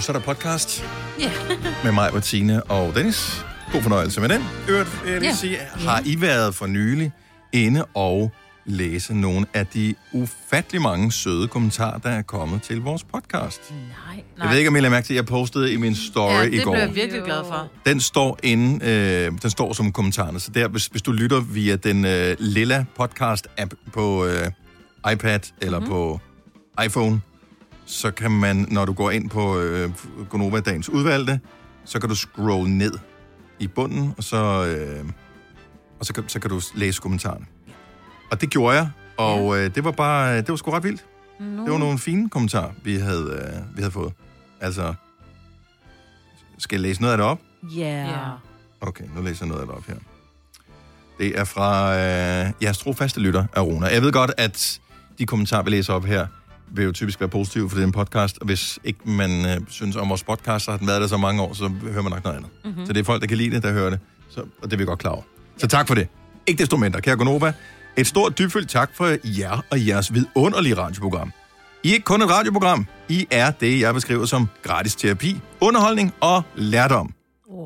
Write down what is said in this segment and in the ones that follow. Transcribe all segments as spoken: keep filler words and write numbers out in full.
så er der podcast Ja. med mig, Martine og Dennis. God fornøjelse med den. Øvrigt, vil jeg lige Ja. sige, har I været for nylig inde og læse nogle af de ufattelig mange søde kommentarer, der er kommet til vores podcast? Nej, Jeg nej. ved ikke, om I lader mærke til, at jeg postede i min story Ja, i det går. blev jeg virkelig glad for. Den står inde, øh, den står som kommentarerne, så der, hvis, hvis du lytter via den øh, lilla podcast-app på øh, iPad eller mm-hmm. på iPhone, så kan man, når du går ind på øh, Gonova Dagens Udvalgte, så kan du scrolle ned i bunden, og så, øh, og så, kan, så kan du læse kommentarerne. Og det gjorde jeg, og øh, det var bare, det var sgu ret vildt. No. Det var nogle fine kommentarer, vi havde, øh, vi havde fået. Altså, skal jeg læse noget af det op? Ja. Yeah. Okay, nu læser jeg noget af det op her. Det er fra øh, jeres trofaste lytter, Arona. Jeg ved godt, at de kommentarer, vi læser op her, vil jo typisk være positive, for det er en podcast, og hvis ikke man øh, synes om vores podcast, så har den været der så mange år, så hører man nok noget andet. Mm-hmm. Så det er folk, der kan lide det, der hører det, så, og det er vi godt klar over. Så tak for det. Ikke desto mindre, kære Gonova. Et stort dybfølt tak for jer og jeres vidunderlige radioprogram. I er ikke kun et radioprogram. I er det, jeg beskriver som gratis terapi, underholdning og lærdom. Oh.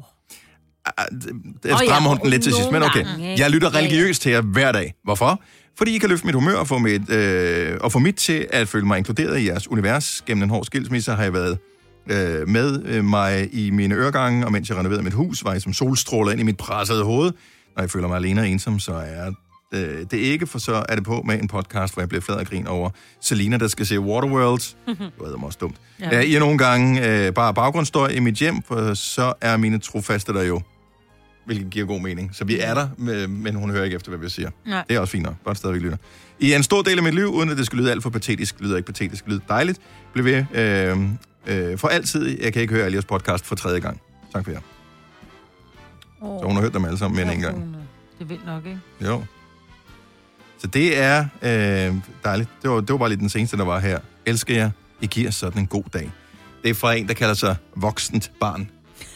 Jeg strammer hun den lidt til sidst, men okay. Jeg lytter religiøst til jer hver dag. Hvorfor? Fordi I kan løfte mit humør og få mit, øh, og få mit til at føle mig inkluderet i jeres univers. Gennem en hård skilsmisse har jeg været øh, med øh, mig i mine øregange, og mens jeg renoverede mit hus, var jeg som solstråler ind i mit pressede hoved. Når jeg føler mig alene og ensom, så er øh, det ikke, for så er det på med en podcast, hvor jeg bliver flad og grin over Selina, der skal se Waterworld. Det var også dumt. Ja. I er nogle gange øh, bare baggrundsstøj i mit hjem, for så er mine trofaste der jo. Hvilket giver god mening. Så vi er der, men hun hører ikke efter, hvad vi siger. Nej. Det er også fint nok. Bare stadigvæk lytter. I en stor del af mit liv, uden at det skal lyde alt for patetisk, lyder ikke patetisk, lyder dejligt, blev ved øh, øh, for altid. Jeg kan ikke høre Alias podcast for tredje gang. Tak for jer. Oh. Så hun har hørt dem alle sammen mere end en gang. Det vil nok, ikke? Jo. Så det er øh, dejligt. Det var, det var bare lige den seneste, der var her. Elsker jer. I giver sådan en god dag. Det er fra en, der kalder sig voksent barn.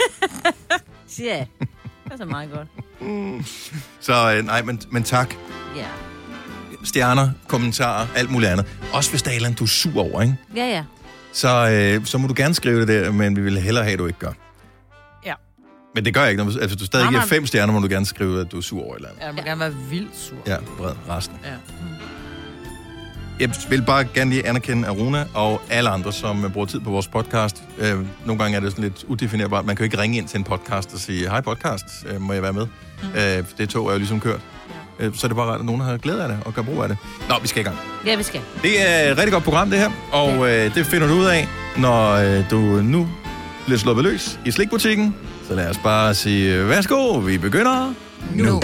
Ja. Yeah. Det er så meget godt. Mm. Så øh, nej, men, men tak. Ja. Yeah. Stjerner, kommentarer, alt muligt andet. Også hvis der er et eller andet, du er sur over, ikke? Ja, ja. Så, øh, så må du gerne skrive det der, men vi vil hellere have, at du ikke gør. Ja. Men det gør jeg ikke. Når, altså, hvis du stadig nej, giver nej. fem stjerner, må du gerne skrive, at du er sur over et eller andet. Ja, du må ja. gerne være vildt sur. Ja, bred resten. Ja. Mm. Jeg vil bare gerne lige anerkende Aruna og alle andre, som bruger tid på vores podcast. Øh, nogle gange er det sådan lidt udefinerbart. Man kan jo ikke ringe ind til en podcast og sige, hej podcast, øh, må jeg være med? Mm. Øh, det tog er jo ligesom kørt. Ja. Øh, så er det bare rart, at nogen har glæde af det og gør brug af det. Nå, vi skal i gang. Ja, vi skal. Det er et rigtig godt program, det her. Og øh, det finder du ud af, når øh, du nu bliver sluppet løs i slikbutikken. Så lad os bare sige, værsgo, vi begynder nu. nu.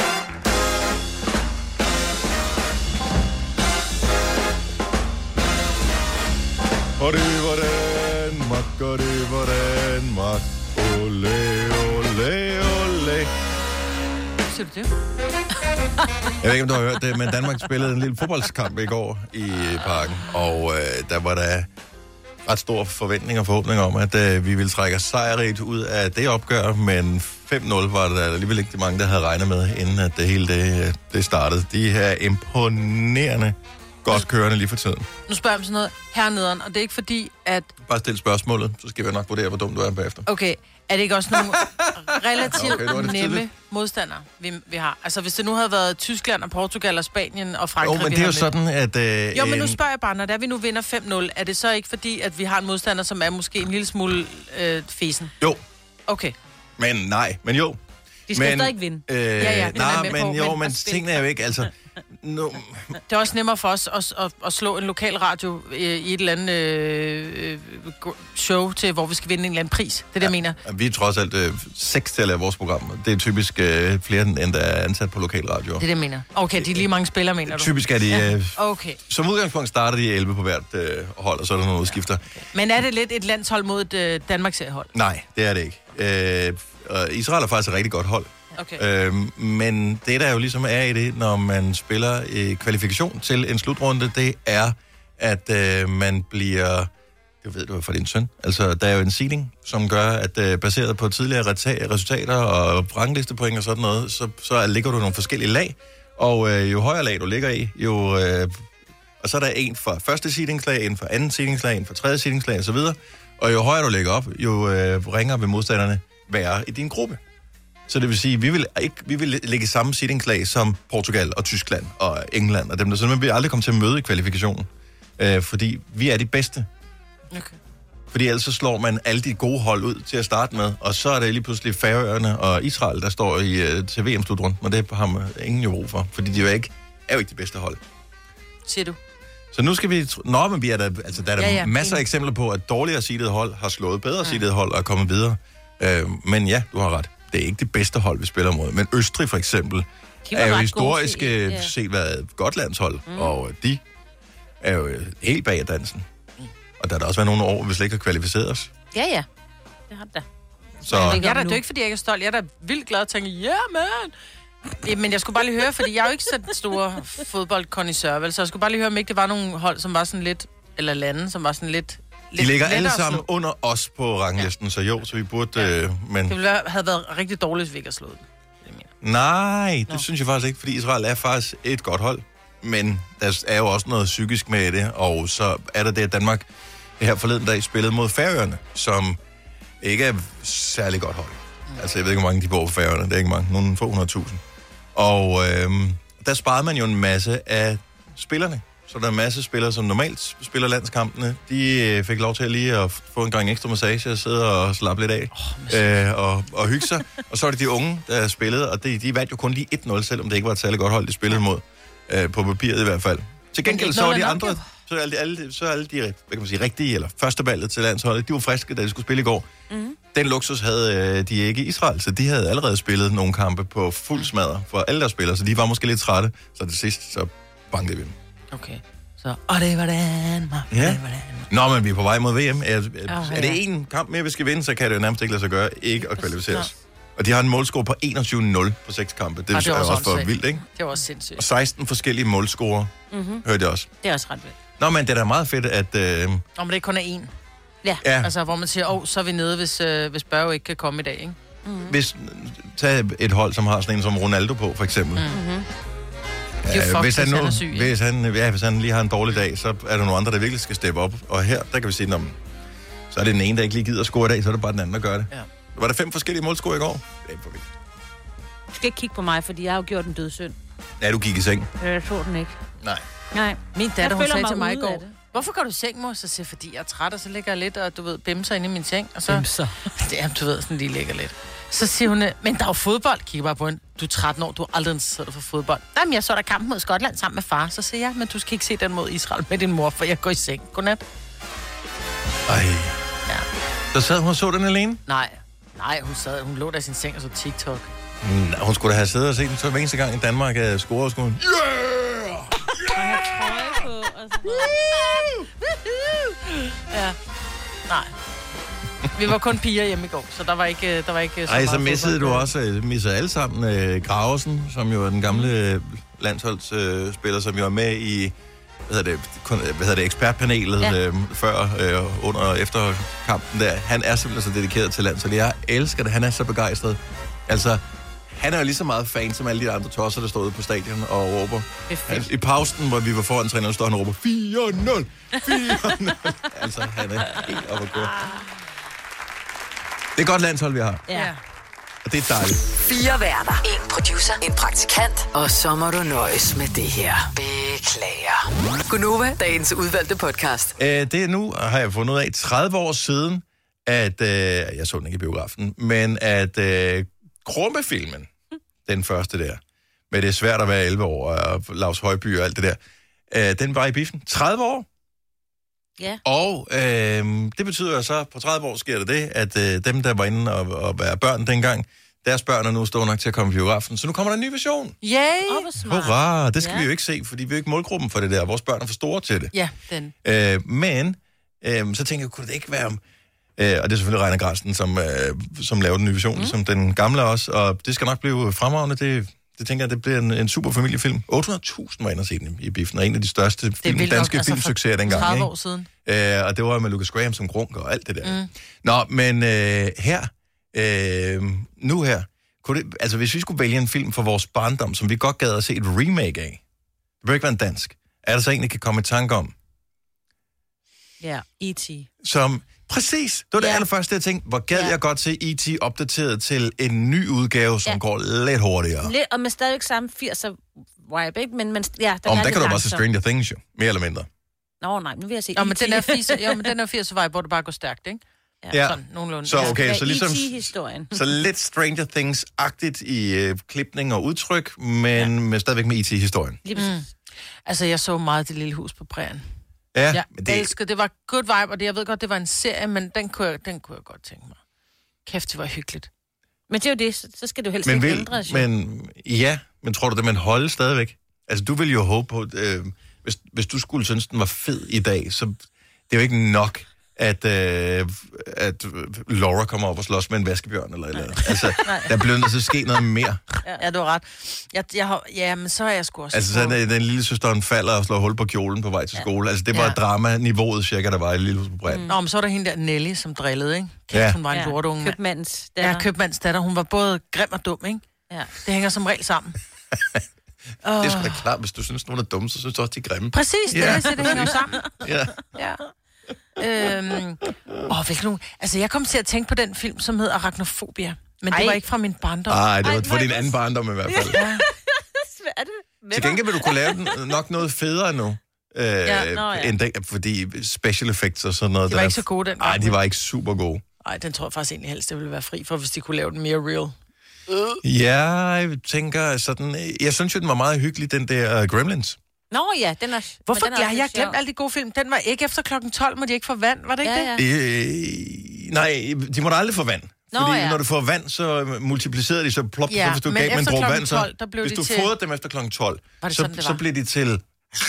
Og det var Danmark, og det var Danmark. Ole, ole, ole. Ser du det? Jeg ved ikke, om du har hørt det, men Danmark spillede en lille fodboldskamp i går i parken. Og øh, der var der ret store forventninger og forhåbninger om, at øh, vi ville trække sejrigt ud af det opgør. Men fem nul var der alligevel ikke de mange, der havde regnet med, inden at det hele det, det startede. De her imponerende godt kørende lige for tiden. Nu spørger jeg om sådan noget hernederen, og det er ikke fordi, at... Bare stil spørgsmålet, så skal vi nok vurdere, hvor dum du er bagefter. Okay, er det ikke også nogle relativt okay, nemme tidligt. modstandere, vi, vi har? Altså, hvis det nu havde været Tyskland og Portugal og Spanien og Frankrig... Jo, men det er jo sådan, at... Øh, jo, men nu en... spørger jeg bare, når der vi nu vinder fem nul, er det så ikke fordi, at vi har en modstander, som er måske en lille smule øh, fesen? Jo. Okay. Men nej, men jo. De skal men, stadig vinde. Øh, ja, ja, nej, men, men på, jo, men, men tingene er jo ikke, altså... No. Det er også nemmere for os at, at, at slå en lokal radio i et eller andet øh, show til, hvor vi skal vinde en eller anden pris. Det er det, ja, jeg mener. Vi er trods alt øh, seks til at lave vores program. Det er typisk øh, flere, end der er ansat på lokalradio. Det er det, jeg mener. Okay, de er lige mange spillere, mener du? Typisk er de... Øh, ja. Okay. Som udgangspunkt starter de elleve på hvert øh, hold, og så er der nogle udskifter. Okay. Men er det lidt et landshold mod et øh, Danmarks-hold? Nej, det er det ikke. Øh, Israel er faktisk et rigtig godt hold. Okay. Øhm, men det, der jo ligesom er i det, når man spiller i kvalifikation til en slutrunde, det er, at øh, man bliver... Det ved du for din søn. Altså, der er jo en seeding, som gør, at øh, baseret på tidligere resultater og ranglistepoint og sådan noget, så, så ligger du nogle forskellige lag. Og øh, jo højere lag du ligger i, jo... Øh, og så er der en for første seedingslag, en for anden seedingslag, en for tredje seedingslag osv., Og jo højere du lægger op, jo øh, ringere vil modstanderne være i din gruppe. Så det vil sige, at vi vil, ikke, vi vil lægge i samme seedingslag som Portugal og Tyskland og England og dem der. Så vi vil aldrig komme til at møde i kvalifikationen. Øh, fordi vi er de bedste. Okay. Fordi ellers så slår man alle de gode hold ud til at starte med, og så er det lige pludselig Færøerne og Israel, der står i, til V M-slutrunden, og det har man ingen jo brug for, fordi de er jo ikke, er jo ikke de bedste hold. Siger du? Så nu skal vi... Nå, men vi er der, altså, der er der ja, ja. masser af eksempler på, at dårligere seedede hold har slået bedre ja. seedede hold og er kommet videre. Øh, men ja, du har ret. Det er ikke det bedste hold, vi spiller mod. Men Østrig for eksempel er jo historisk ja. set været et godt landshold, mm. og de er jo helt bag dansen. Og der har der også været nogle år, hvis vi ikke har kvalificeret os. Ja, ja. Det har det da. Så... Jeg er da, det er ikke, fordi jeg ikke er stolt. Jeg er da vildt glad og tænker, ja, yeah, man! Men jeg skulle bare lige høre, fordi jeg er jo ikke så stor fodboldkondisør, vel? Så jeg skulle bare lige høre, om ikke det var nogle hold, som var sådan lidt, eller lande, som var sådan lidt... De ligger alle sammen under os på ranglisten, ja. Så jo, så vi burde... Ja. Øh, men... Det ville være, have været rigtig dårligt, hvis vi ikke havde slået det. Nej, det Nå. synes jeg faktisk ikke, fordi Israel er faktisk et godt hold. Men der er jo også noget psykisk med det, og så er der det, at Danmark her forleden dag spillede mod Færøerne, som ikke er særlig godt hold. Mm. Altså, jeg ved ikke, hvor mange de bor på Færøerne. Det er ikke mange. Nogle få hundrede tusind. Og øhm, der sparede man jo en masse af spillerne. Så der er en masse spillere, som normalt spiller landskampene. De øh, fik lov til at lige at få en gang ekstra massage og sidde og slappe lidt af oh, øh, og, og hygge sig. Og så var det de unge, der spillede, og de, de vandt jo kun lige et nul, selvom det ikke var et særligt godt hold, de spillede mod. Øh, på papiret i hvert fald. Til gengæld så var de andre, så er alle, alle, så er alle de hvad kan man sige, rigtige, eller førsteballet til landsholdet, de var friske, da de skulle spille i går. Mm-hmm. Den luksus havde øh, de ikke i Israel, så de havde allerede spillet nogle kampe på fuld smadre for alle der spiller, så de var måske lidt trætte, så til sidst, så bankede vi dem. Okay. Så, og det var Danmark. Ja. Det var Danmark. Nå, men vi er på vej mod V M. Er, er, oh, er det en kamp mere, vi skal vinde, så kan det jo nærmest ikke lade sig gøre ikke at kvalificere os. Og de har en målscore på enogtyve nul på seks kampe. Det, ah, det er også, også for vildt, ikke? Det var også sindssygt. Og seksten forskellige målscorer, mm-hmm. hørte jeg også. Det er også ret vildt. Nå, men det er da meget fedt, at... Øh... Nå, men det kun er én. Ja. ja. Altså, hvor man siger, åh, oh, så er vi nede, hvis, øh, hvis Børge ikke kan komme i dag, ikke? Mm-hmm. Hvis... Tag et hold, som har sådan en som Ronaldo på, for eksempel. Mm-hmm. Ja, hvis, han nu, han syg, hvis, han, ja, hvis han lige har en dårlig dag, så er der nogle andre, der virkelig skal steppe op. Og her, der kan vi sige, om, så er det den ene, der ikke lige gider at score i dag, så er det bare den anden, der gør det. Ja. Var der fem forskellige målscore i går? Det er for vildt. Du skal ikke kigge på mig, fordi jeg har jo gjort en død synd. Ja, du gik i seng. Jeg så den ikke. Nej. Nej. Min datter, hun sagde til mig i går, hvorfor går du i seng, mor? Så siger jeg, fordi jeg er træt, og så ligger jeg lidt, og du ved, bimser inde i min seng. Og så, bimser? Ja, du ved, sådan lige ligger lidt. Så siger hun, men der er jo fodbold. Kigger bare på hende. Du er tretten år, du har aldrig interesseret for fodbold. Jamen, jeg så der kampen mod Skotland sammen med far. Så siger jeg, men du skal ikke se den mod Israel med din mor, for jeg går i seng. Godnat. Ej. Ja. Så sad hun og så den alene? Nej. Nej, hun sad, hun lå der i sin seng og så TikTok. Mm, hun skulle da have siddet og set den så hver eneste gang i Danmark uh, score, og skulle hun... Yeah! Ja. Nej. Vi var kun piger hjemme i går, så der var ikke der var ikke så Ej, så missede du også, missede alle sammen uh, Graversen, som jo er den gamle landsholdsspiller, uh, som jo er med i hvad hedder det, kun, hvad hedder det ekspertpanelet ja. uh, før, uh, under og efter kampen der. Han er simpelthen så dedikeret til landsholdet. Jeg elsker det, han er så begejstret. Altså, han er jo lige så meget fan som alle de andre tosser, der stod ude på stadion og råber. Han, I pausen, hvor vi var foran træneren, stod han og råber fire nul, fire nul. Altså, han er helt oppe at gå. Det er godt landshold, vi har. Ja. Og det er dejligt. Fire værter. En producer. En praktikant. Og så må du nøjes med det her. Beklager. Gunova, dagens udvalgte podcast. Æ, det er nu, har jeg fundet ud af, tredive år siden, at, øh, jeg så den ikke i biografen, men at øh, Krummefilmen, den første der, med det er svært at være elleve år, og Lars Højby og alt det der, øh, den var i biffen. tredive år. Ja. Og øh, det betyder jo så, på tredive år sker det det, at øh, dem, der var inde og, og være børn dengang, deres børn er nu store nok til at komme i biografen. Så nu kommer der en ny version. Yay! Oh, hurra! Det skal ja. vi jo ikke se, fordi vi er jo ikke målgruppen for det der. Vores børn er for store til det. Ja, den. Øh, men, øh, så tænker jeg, kunne det ikke være... Øh, og det er selvfølgelig Reiner Grasten, som, øh, som laver den nye version, mm. som den gamle også. Og det skal nok blive fremragende. Det, det tænker jeg, det bliver en, en super familiefilm. otte hundrede tusind var inde og se den i biffen, og en af de største film, danske nok, altså filmsucceser dengang. tredive år siden. Øh, og det var med Lucas Graham som grunk og alt det der. Mm. Nå, men øh, her, øh, nu her, kunne det, altså hvis vi skulle vælge en film for vores barndom, som vi godt gad at se et remake af, det bør ikke være en dansk, er der så egentlig kan komme i tanke om? Ja, E T Som, præcis, det var det ja. allerførste, jeg tænkte, hvor gad ja. jeg godt se E T opdateret til en ny udgave, som ja. går lidt hurtigere. Lidt, og med stadigvæk samme firser vibe, ikke? Men, men ja, den Om er der kan du langsom. bare se Stranger Things, jo. Mere eller mindre. Nå, nej, nu vil jeg se Nå, E T men den er firs, jo, men den er firs vibe, hvor det bare går stærkt, ikke? Ja, sådan, nogenlunde. så okay, så ligesom... E T-historien. Så lidt Stranger Things-agtigt i øh, klipning og udtryk, men ja. med stadigvæk med E T-historien. Lige præcis. Mm. Altså, jeg så meget Det Lille Hus på Prærien. Ja, Jeg men det... elskede, det var good vibe, og det, jeg ved godt, det var en serie, men den kunne jeg, den kunne jeg godt tænke mig. Kæft, det var hyggeligt. Men det er jo det, så, så skal du helst men ikke vil, ændres. Men ja, men tror du det, man holder stadigvæk? Altså, du vil jo håbe på, øh, hvis, hvis du skulle synes, den var fed i dag, så det er jo ikke nok, at, øh, at Laura kommer op og slås med en vaskebjørn eller eller andet. Altså, der bliver nødt til at ske noget mere. Ja, du har ret. Jeg, jeg har, ja, men så er jeg sgu også... Altså, så den, den lille søsteren falder og slår hul på kjolen på vej til skole. Altså, det var ja. drama-niveauet cirka, der var i Lille Hus på Prærien. Mm. Nå, men så er der hende der Nelly, som drillede, ikke? Kæft, ja. Hun var en ja. lortunge. Købmandens datter. Ja, købmandens datter. Hun var både grim og dum, ikke? Ja. Det hænger som regel sammen. Det er sgu da klart, hvis du synes, nogen er dumme, så synes du også, de er grimme. Præcis, det ja. er det, det hænger jo sammen. Ja. Ja. Øhm, åh, hvilken nogen... Altså, jeg kom til at tænke på den film, som hed Arachnofobia. Men Ej. det var ikke fra min barndom. Nej, det var for din anden barndom i hvert fald. Ja. Hvad er det? Til gengæld vil du kunne lave den nok noget federe nu. Øh, ja, nå, ja. End den, fordi special effects og sådan noget... De var der... ikke så gode den. Nej, de var ikke super gode. Nej, den tror jeg faktisk egentlig helst, det ville være fri for, hvis de kunne lave den mere real. Uh. Ja, jeg tænker sådan... Jeg synes jo, den var meget hyggelig, den der uh, Gremlins. Nå ja, den er... Hvorfor? Den er ja, jeg har glemt alle de gode film. Den var ikke efter klokken tolv, må de ikke få vand, var det ikke ja, det? Ja. Øh, nej, de må da aldrig få vand. Nå, fordi ja. når du får vand, så multiplicerer de, så plop, ja, så hvis du gav dem en dråbe vand, så... tolv, der blev hvis de du til... fodrede dem efter klokken tolv, så, sådan, så bliver de til...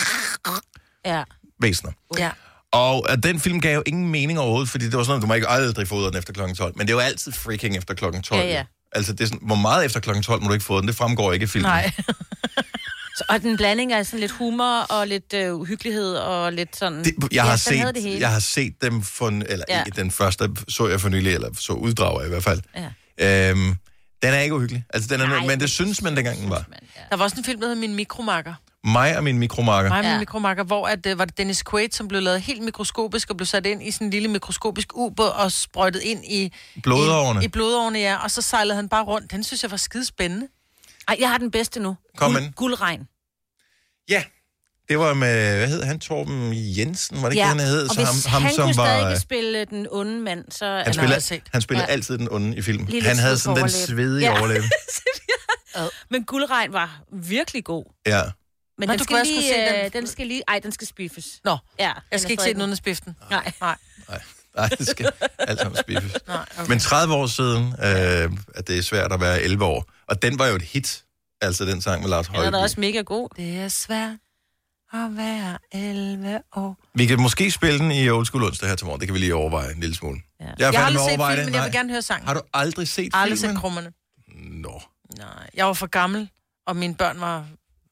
Ja. Væsener. Ja. Og at den film gav jo ingen mening overhovedet, fordi det var sådan noget, du må ikke aldrig fodre den efter klokken tolv. Men det er jo altid freaking efter klokken tolv. Ja, ja. Altså, det er sådan, hvor meget efter klokken tolv må du ikke fodre den? Det fremgår ikke i filmen. Nej. Så, og den blanding er sådan lidt humor og lidt øh, uhyggelighed og lidt sådan... Det, jeg, har set, jeg har set dem for... Eller ja. ikke den første, så jeg for nylig, eller så uddrager i hvert fald. Ja. Øhm, den er ikke uhyggelig. Altså, den er, Nej, men det synes man, dengang den var. Man, ja. Der var også en film, der hed Min Mikromarker. Mig og min mikromarker. Mig og min ja. mikromarker, hvor at, uh, var det Dennis Quaid, som blev lavet helt mikroskopisk og blev sat ind i sådan en lille mikroskopisk ubåd og sprøjtet ind i... Blodårene. I, i blodårene, ja. Og så sejlede han bare rundt. Den synes jeg var skide spændende. Ej, jeg har den bedste nu. Kom Guld, Guldregn. Ja, det var med, hvad hed han, Torben Jensen, var det ja. ikke, han hed? Og så hvis ham, ham, han som kunne var, stadig ikke spille den onde mand, så... Han spillede, han spillede ja. altid den onde i filmen. Lille han havde sådan den svedige ja. overlæbe. Men Guldregn var virkelig god. Ja. Men Nå, den, du skal lige, se den. øh, den skal lige... Ej, den skal spiffes. Nå, ja, jeg skal ikke se den uden at spiffe den. Nej. Nej. Nej. Nej, det skal alt sammen spiffes. Okay. Men tredive år siden, øh, at det er svært at være elleve år. Og den var jo et hit, altså den sang med Lars Højby. Den er da også mega god. Det er svært at være elleve år. Vi kan måske spille den i Old School onsdag her til morgen. Det kan vi lige overveje en lille smule. Ja. Jeg, jeg har aldrig set filmen, det. men jeg vil gerne høre sangen. Har du aldrig set filmen? Aldrig set krummerne. Nå. Nej, jeg var for gammel, og mine børn var...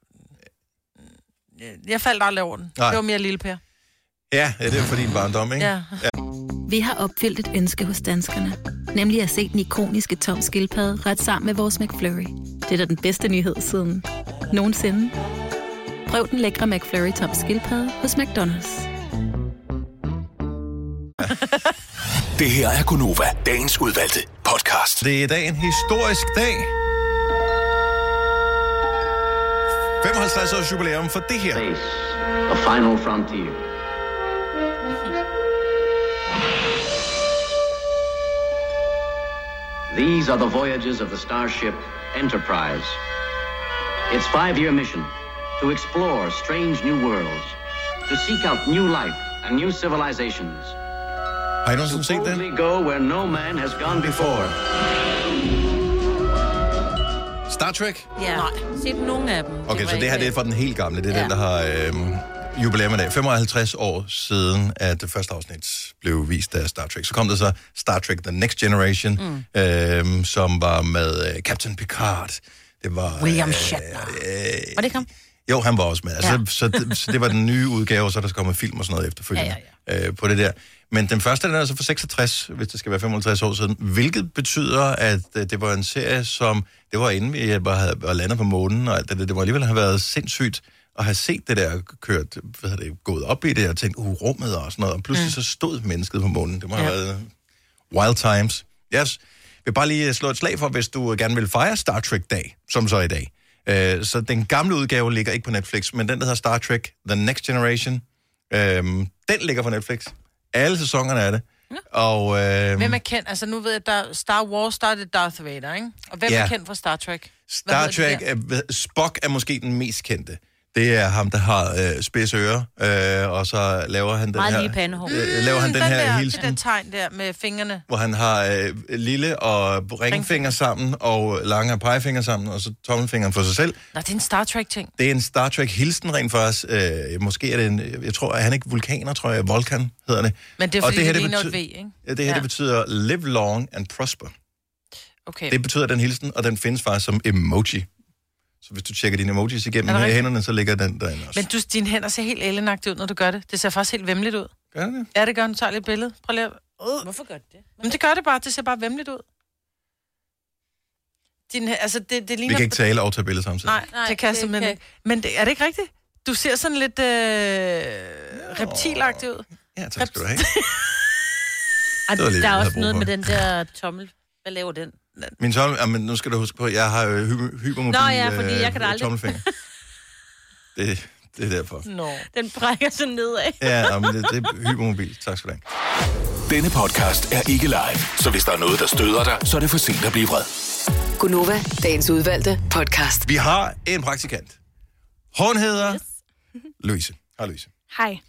Jeg faldt aldrig over den. Nej. Det var mere Lille Per. Ja, ja, det er for din barndom, ikke? Ja. ja. Vi har opfyldt et ønske hos danskerne. Nemlig at se den ikoniske Tom Skildpadde ret sammen med vores McFlurry. Det er da den bedste nyhed siden nogensinde. Prøv den lækre McFlurry Tom Skildpadde hos McDonald's. Det her er Gunova, dagens udvalgte podcast. Det er i dag en historisk dag. femoghalvtreds års jubilæum for det her. Space, a final frontier. These are the voyages of the starship Enterprise. Its five-year mission, to explore strange new worlds, to seek out new life and new civilizations. Har I nogensinde set den? To go where no man has gone before. Star Trek? Ja, nej. Set nogle af dem. Okay, det så det her det er fra den helt gamle. Det er ja. den, der har øhm, jubilæum i dag. femoghalvtreds år siden, at det første afsnit blev vist af Star Trek. Så kom der så Star Trek The Next Generation, mm. øhm, som var med øh, Captain Picard. Det var... William Shatner. Øh, øh, var det ikke ham? Jo, han var også med. Altså, ja. så, så, det, så det var den nye udgave, og så er der kommet film og sådan noget efterfølgende ja, ja, ja. Øh, på det der. Men den første, den er altså fra seksogtres, hvis det skal være femoghalvtreds år siden, hvilket betyder, at øh, det var en serie, som... Det var inden vi var, havde, var landet på månen og alt det. Det var alligevel have været sindssygt at have set det der kørt, hvad hedder det, gået op i det, og tænkt, uh, rummet og sådan noget, og pludselig mm. så stod mennesket på månen. Det må ja. have været wild times. Yes. Jeg vil bare lige slå et slag for, hvis du gerne vil fejre Star Trek-dag, som så i dag. Uh, så den gamle udgave ligger ikke på Netflix, men den, der hedder Star Trek The Next Generation, uh, den ligger på Netflix. Alle sæsonerne er det. Ja. Og, øh, hvem er kendt? Altså nu ved jeg, der Star Wars, der er det Darth Vader, ikke? Og hvem ja. er kendt fra Star Trek? Hvad Star Trek, er, Spock er måske den mest kendte. Det er ham, der har øh, spidse ører, øh, og så laver han den Meget her... lige pandehår. Øh, laver han den, den her der, hilsen. Den tegn der med fingrene. Hvor han har øh, lille og ringfinger sammen, og lange pegefinger sammen, og så tommelfingeren for sig selv. Nå, det er en Star Trek-ting. Det er en Star Trek-hilsen rent faktisk. Øh, måske er det en... Jeg tror, at han ikke vulkaner, tror jeg. Vulkan hedder det. Men det er og fordi, det, det det ligner betyder, et V, ikke? Ja, det her, ja. det betyder live long and prosper. Okay. Det betyder den hilsen, og den findes faktisk som emoji. Så hvis du tjekker dine emojis igennem med hænderne, så ligger den derinde også. Men du, dine hænder ser helt ellenagtigt ud, når du gør det. Det ser faktisk helt vemmeligt ud. Gør det? Ja, det gør. Du tager lidt billede. Prøv lige at... Uh. Hvorfor gør det det? Men det gør det bare. Det ser bare vemmeligt ud. Din, altså, det, det ligner... Vi kan ikke tale og tage billeder samtidig. Nej, Nej det kan det simpelthen ikke. Men det, er det ikke rigtigt? Du ser sådan lidt øh, reptilagtigt ud. Ja, tak skal du have. Ej, der er også noget med den der tommel. Hvad laver den? Min tommel... Jamen, nu skal du huske på, jeg har jo hy- hypermobil Nå ja, fordi jeg kan øh, aldrig... tommelfinger. Det, det er derfor. Nå. Den brækker sådan nedad. Ja, men det, det er hypermobil. Tak skal du have. Denne podcast er ikke live, så hvis der er noget, der støder dig, så er det for sent at blive vred. Gunova, dagens udvalgte podcast. Vi har en praktikant. Hun hedder yes. Louise. Hej, Louise. Hej.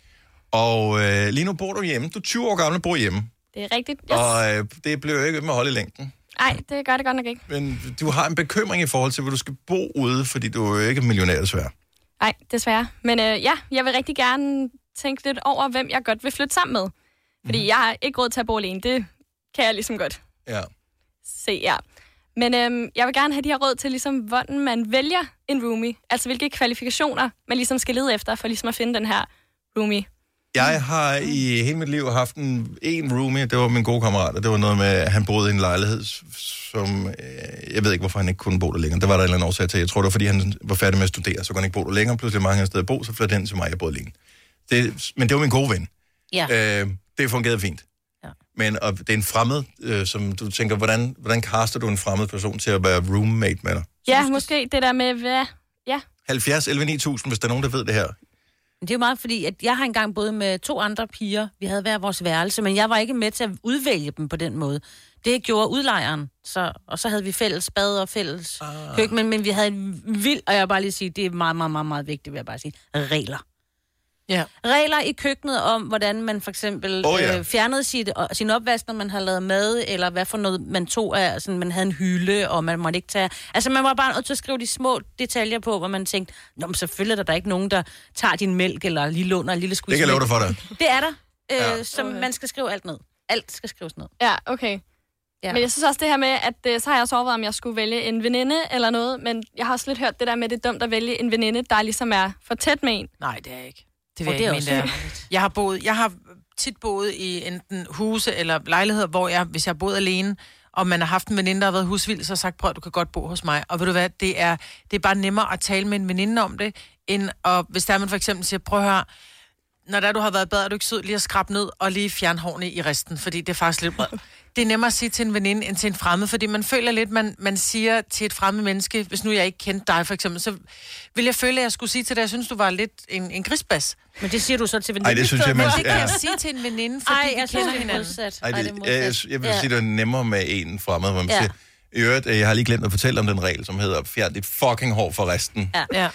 Og øh, lige nu bor du hjemme. Du er tyve år gammel og bor hjemme. Det er rigtigt, yes. Og øh, det bliver jo ikke med at holde i længden. Nej, det gør det godt nok ikke. Men du har en bekymring i forhold til, hvor du skal bo ude, fordi du er jo ikke millionær desværre. Nej, desværre. Men øh, ja, jeg vil rigtig gerne tænke lidt over, hvem jeg godt vil flytte sammen med. Fordi mm. jeg har ikke råd til at bo alene. Det kan jeg ligesom godt ja. se, ja. Men øh, jeg vil gerne have de her råd til, ligesom, hvordan man vælger en roomie. Altså, hvilke kvalifikationer man ligesom skal lede efter, for ligesom at finde den her roomie. Jeg har i hele mit liv haft en, en roomie, det var min gode kammerat, og det var noget med, at han boede i en lejlighed, som, øh, jeg ved ikke, hvorfor han ikke kunne bo der længere. Der var der en eller anden årsag til. Jeg tror, det var, fordi han var færdig med at studere, så kunne han ikke bo der længere. Pludselig mange steder at bo, så flyttede han til mig, jeg boede alene. Det, men det var min gode ven. Ja. Øh, det fungerede fint. Ja. Men og det er en fremmed, øh, som du tænker, hvordan, hvordan caster du en fremmed person til at være roommate med dig? Ja, skal... måske det der med, hvad... Ja. halvfjerds elleve ni tusind, hvis der er nogen, der ved det her. Det er jo meget, fordi at jeg har engang boet med to andre piger. Vi havde hver vores værelse, men jeg var ikke med til at udvælge dem på den måde. Det gjorde udlejeren, så, og så havde vi fælles bad og fælles ah. køkken, men, men vi havde en vild, og jeg vil bare lige sige, det er meget, meget, meget, meget vigtigt, vil jeg bare sige, regler. Ja. Regler i køkkenet om, hvordan man for eksempel oh, ja. øh, fjernede sit, og, sin opvask, når man har lavet mad, eller hvad for noget man tog af, sådan, man havde en hylde, og man måtte ikke tage... Altså, man var bare nødt til at skrive de små detaljer på, hvor man tænkte, nå, men selvfølgelig er der, der ikke nogen, der tager din mælk, eller lige låner en lille skud. Det kan jeg love dig for dig. Det er der, øh, ja. som okay. Man skal skrive alt ned. Alt skal skrives ned. Ja, okay. Ja. Men jeg synes også det her med, at så har jeg også overvejet, om jeg skulle vælge en veninde eller noget, men jeg har også lidt hørt det der med, at det er dumt at vælge en veninde, der ligesom er for tæt med en. Nej, det er ikke. Det vil oh, jeg ikke mene, jeg har boet, jeg har tit boet i enten huse eller lejligheder, hvor jeg, hvis jeg har boet alene, og man har haft en veninde, der har været husvild, så har sagt, prøv, du kan godt bo hos mig. Og ved du hvad, det er, det er bare nemmere at tale med en veninde om det, end at, hvis der man for eksempel siger, prøv at høre, når der du har været i bad, er du ikke sød lige at skrabe ned og lige fjerne hårene i resten, fordi det er faktisk lidt... Det er nemmere at sige til en veninde end til en fremmed, fordi man føler lidt, man, man siger til et fremmed menneske, hvis nu jeg ikke kendte dig for eksempel, så vil jeg føle, at jeg skulle sige til dig, jeg synes, du var lidt en, en grisbas. Men det siger du så til veninde. Ej, det synes jeg, man... Men det kan jeg sige til en veninde, fordi Ej, jeg kender hinanden. Ej, det, jeg, jeg, jeg vil sige, det er nemmere med en fremmed, hvor man ja. siger, i øvrigt, jeg har lige glemt at fortælle om den regel, som hedder, fjern dit fucking hår for resten. Ja. ja.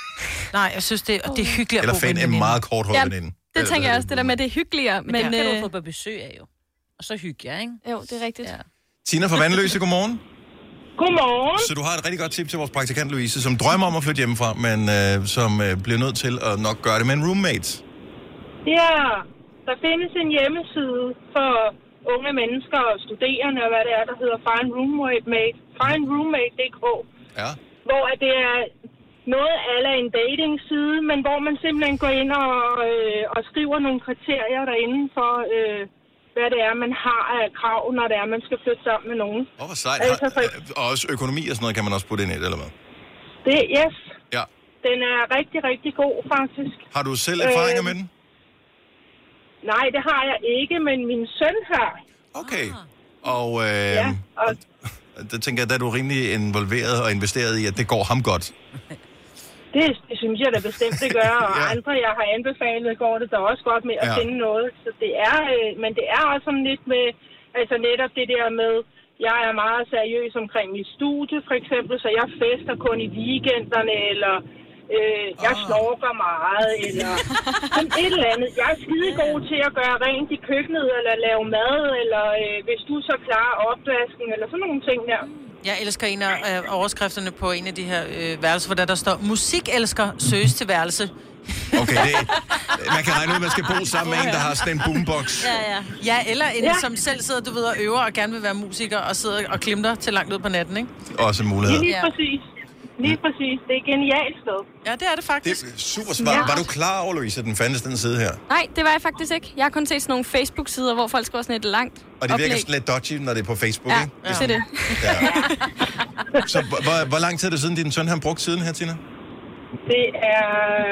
Nej, jeg synes, det, det er hyggeligt at bo med en veninde. Eller find en meget kort hår veninde. Det tænker jeg også, det der med, det er hyggeligere. Men, men det kan du få på besøg af jo. Og så hygge jeg, ikke? Jo, det er rigtigt. Ja. Tina fra Vandløse, godmorgen. Godmorgen. Så du har et rigtig godt tip til vores praktikant Louise, som drømmer om at flytte hjemmefra, men øh, som øh, bliver nødt til at nok gøre det med en roommate. Ja, der findes en hjemmeside for unge mennesker og studerende, og hvad det er, der hedder Find Roommate. Find Roommate punktum d k. Ja. Hvor det er noget eller en dating-side, men hvor man simpelthen går ind og, øh, og skriver nogle kriterier derinde for... Øh, hvad det er, man har af krav, når det er, man skal flytte sammen med nogen. Åh, hvor sejt. Altså, for... Og også økonomi og sådan noget kan man også putte ind i det, eller hvad? Det, yes. Ja. Den er rigtig, rigtig god, faktisk. Har du selv erfaringer øh, med den? Nej, det har jeg ikke, men min søn har. Okay. Og, øh, ja, og... det tænker jeg, da du er rimelig involveret og investeret i, at det går ham godt. Det, det synes jeg da bestemt, det gør, og ja. andre, jeg har anbefalet, går det da også godt med at ja. finde noget. Så det er, øh, men det er også sådan lidt med, altså netop det der med, jeg er meget seriøs omkring mit studie, for eksempel, så jeg fester kun i weekenderne, eller øh, jeg oh. snorker meget, eller sådan et eller andet. Jeg er skidegod til at gøre rent i køkkenet, eller lave mad, eller øh, hvis du så klarer opvasken, eller sådan nogle ting der. Jeg elsker en af øh, overskrifterne på en af de her øh, værelser, hvor der, der står, musikelsker søges til værelse. Okay, det, man kan regne ud, at man skal bo sammen med en, der har sådan en boombox. Ja, ja. Ja, eller en, ja. som selv sidder, du ved, og øver og gerne vil være musiker, og sidder og klimter til langt ud på natten, ikke? Også en mulighed. Lige præcis. Lige præcis. Det er et genialt sted. Ja, det er det faktisk. Det er super smart. Ja. Var du klar over, Louise, at den fandtes den side her? Nej, det var jeg faktisk ikke. Jeg har kun set sådan nogle Facebook-sider, hvor folk skriver sådan et langt Og det virker oplæg. Sådan lidt dodgy, når det er på Facebook, ja, ikke? Ja, det er det. Ja. Så hvor, hvor lang tid er det siden, din søn har brugt siden her, Tina? Det er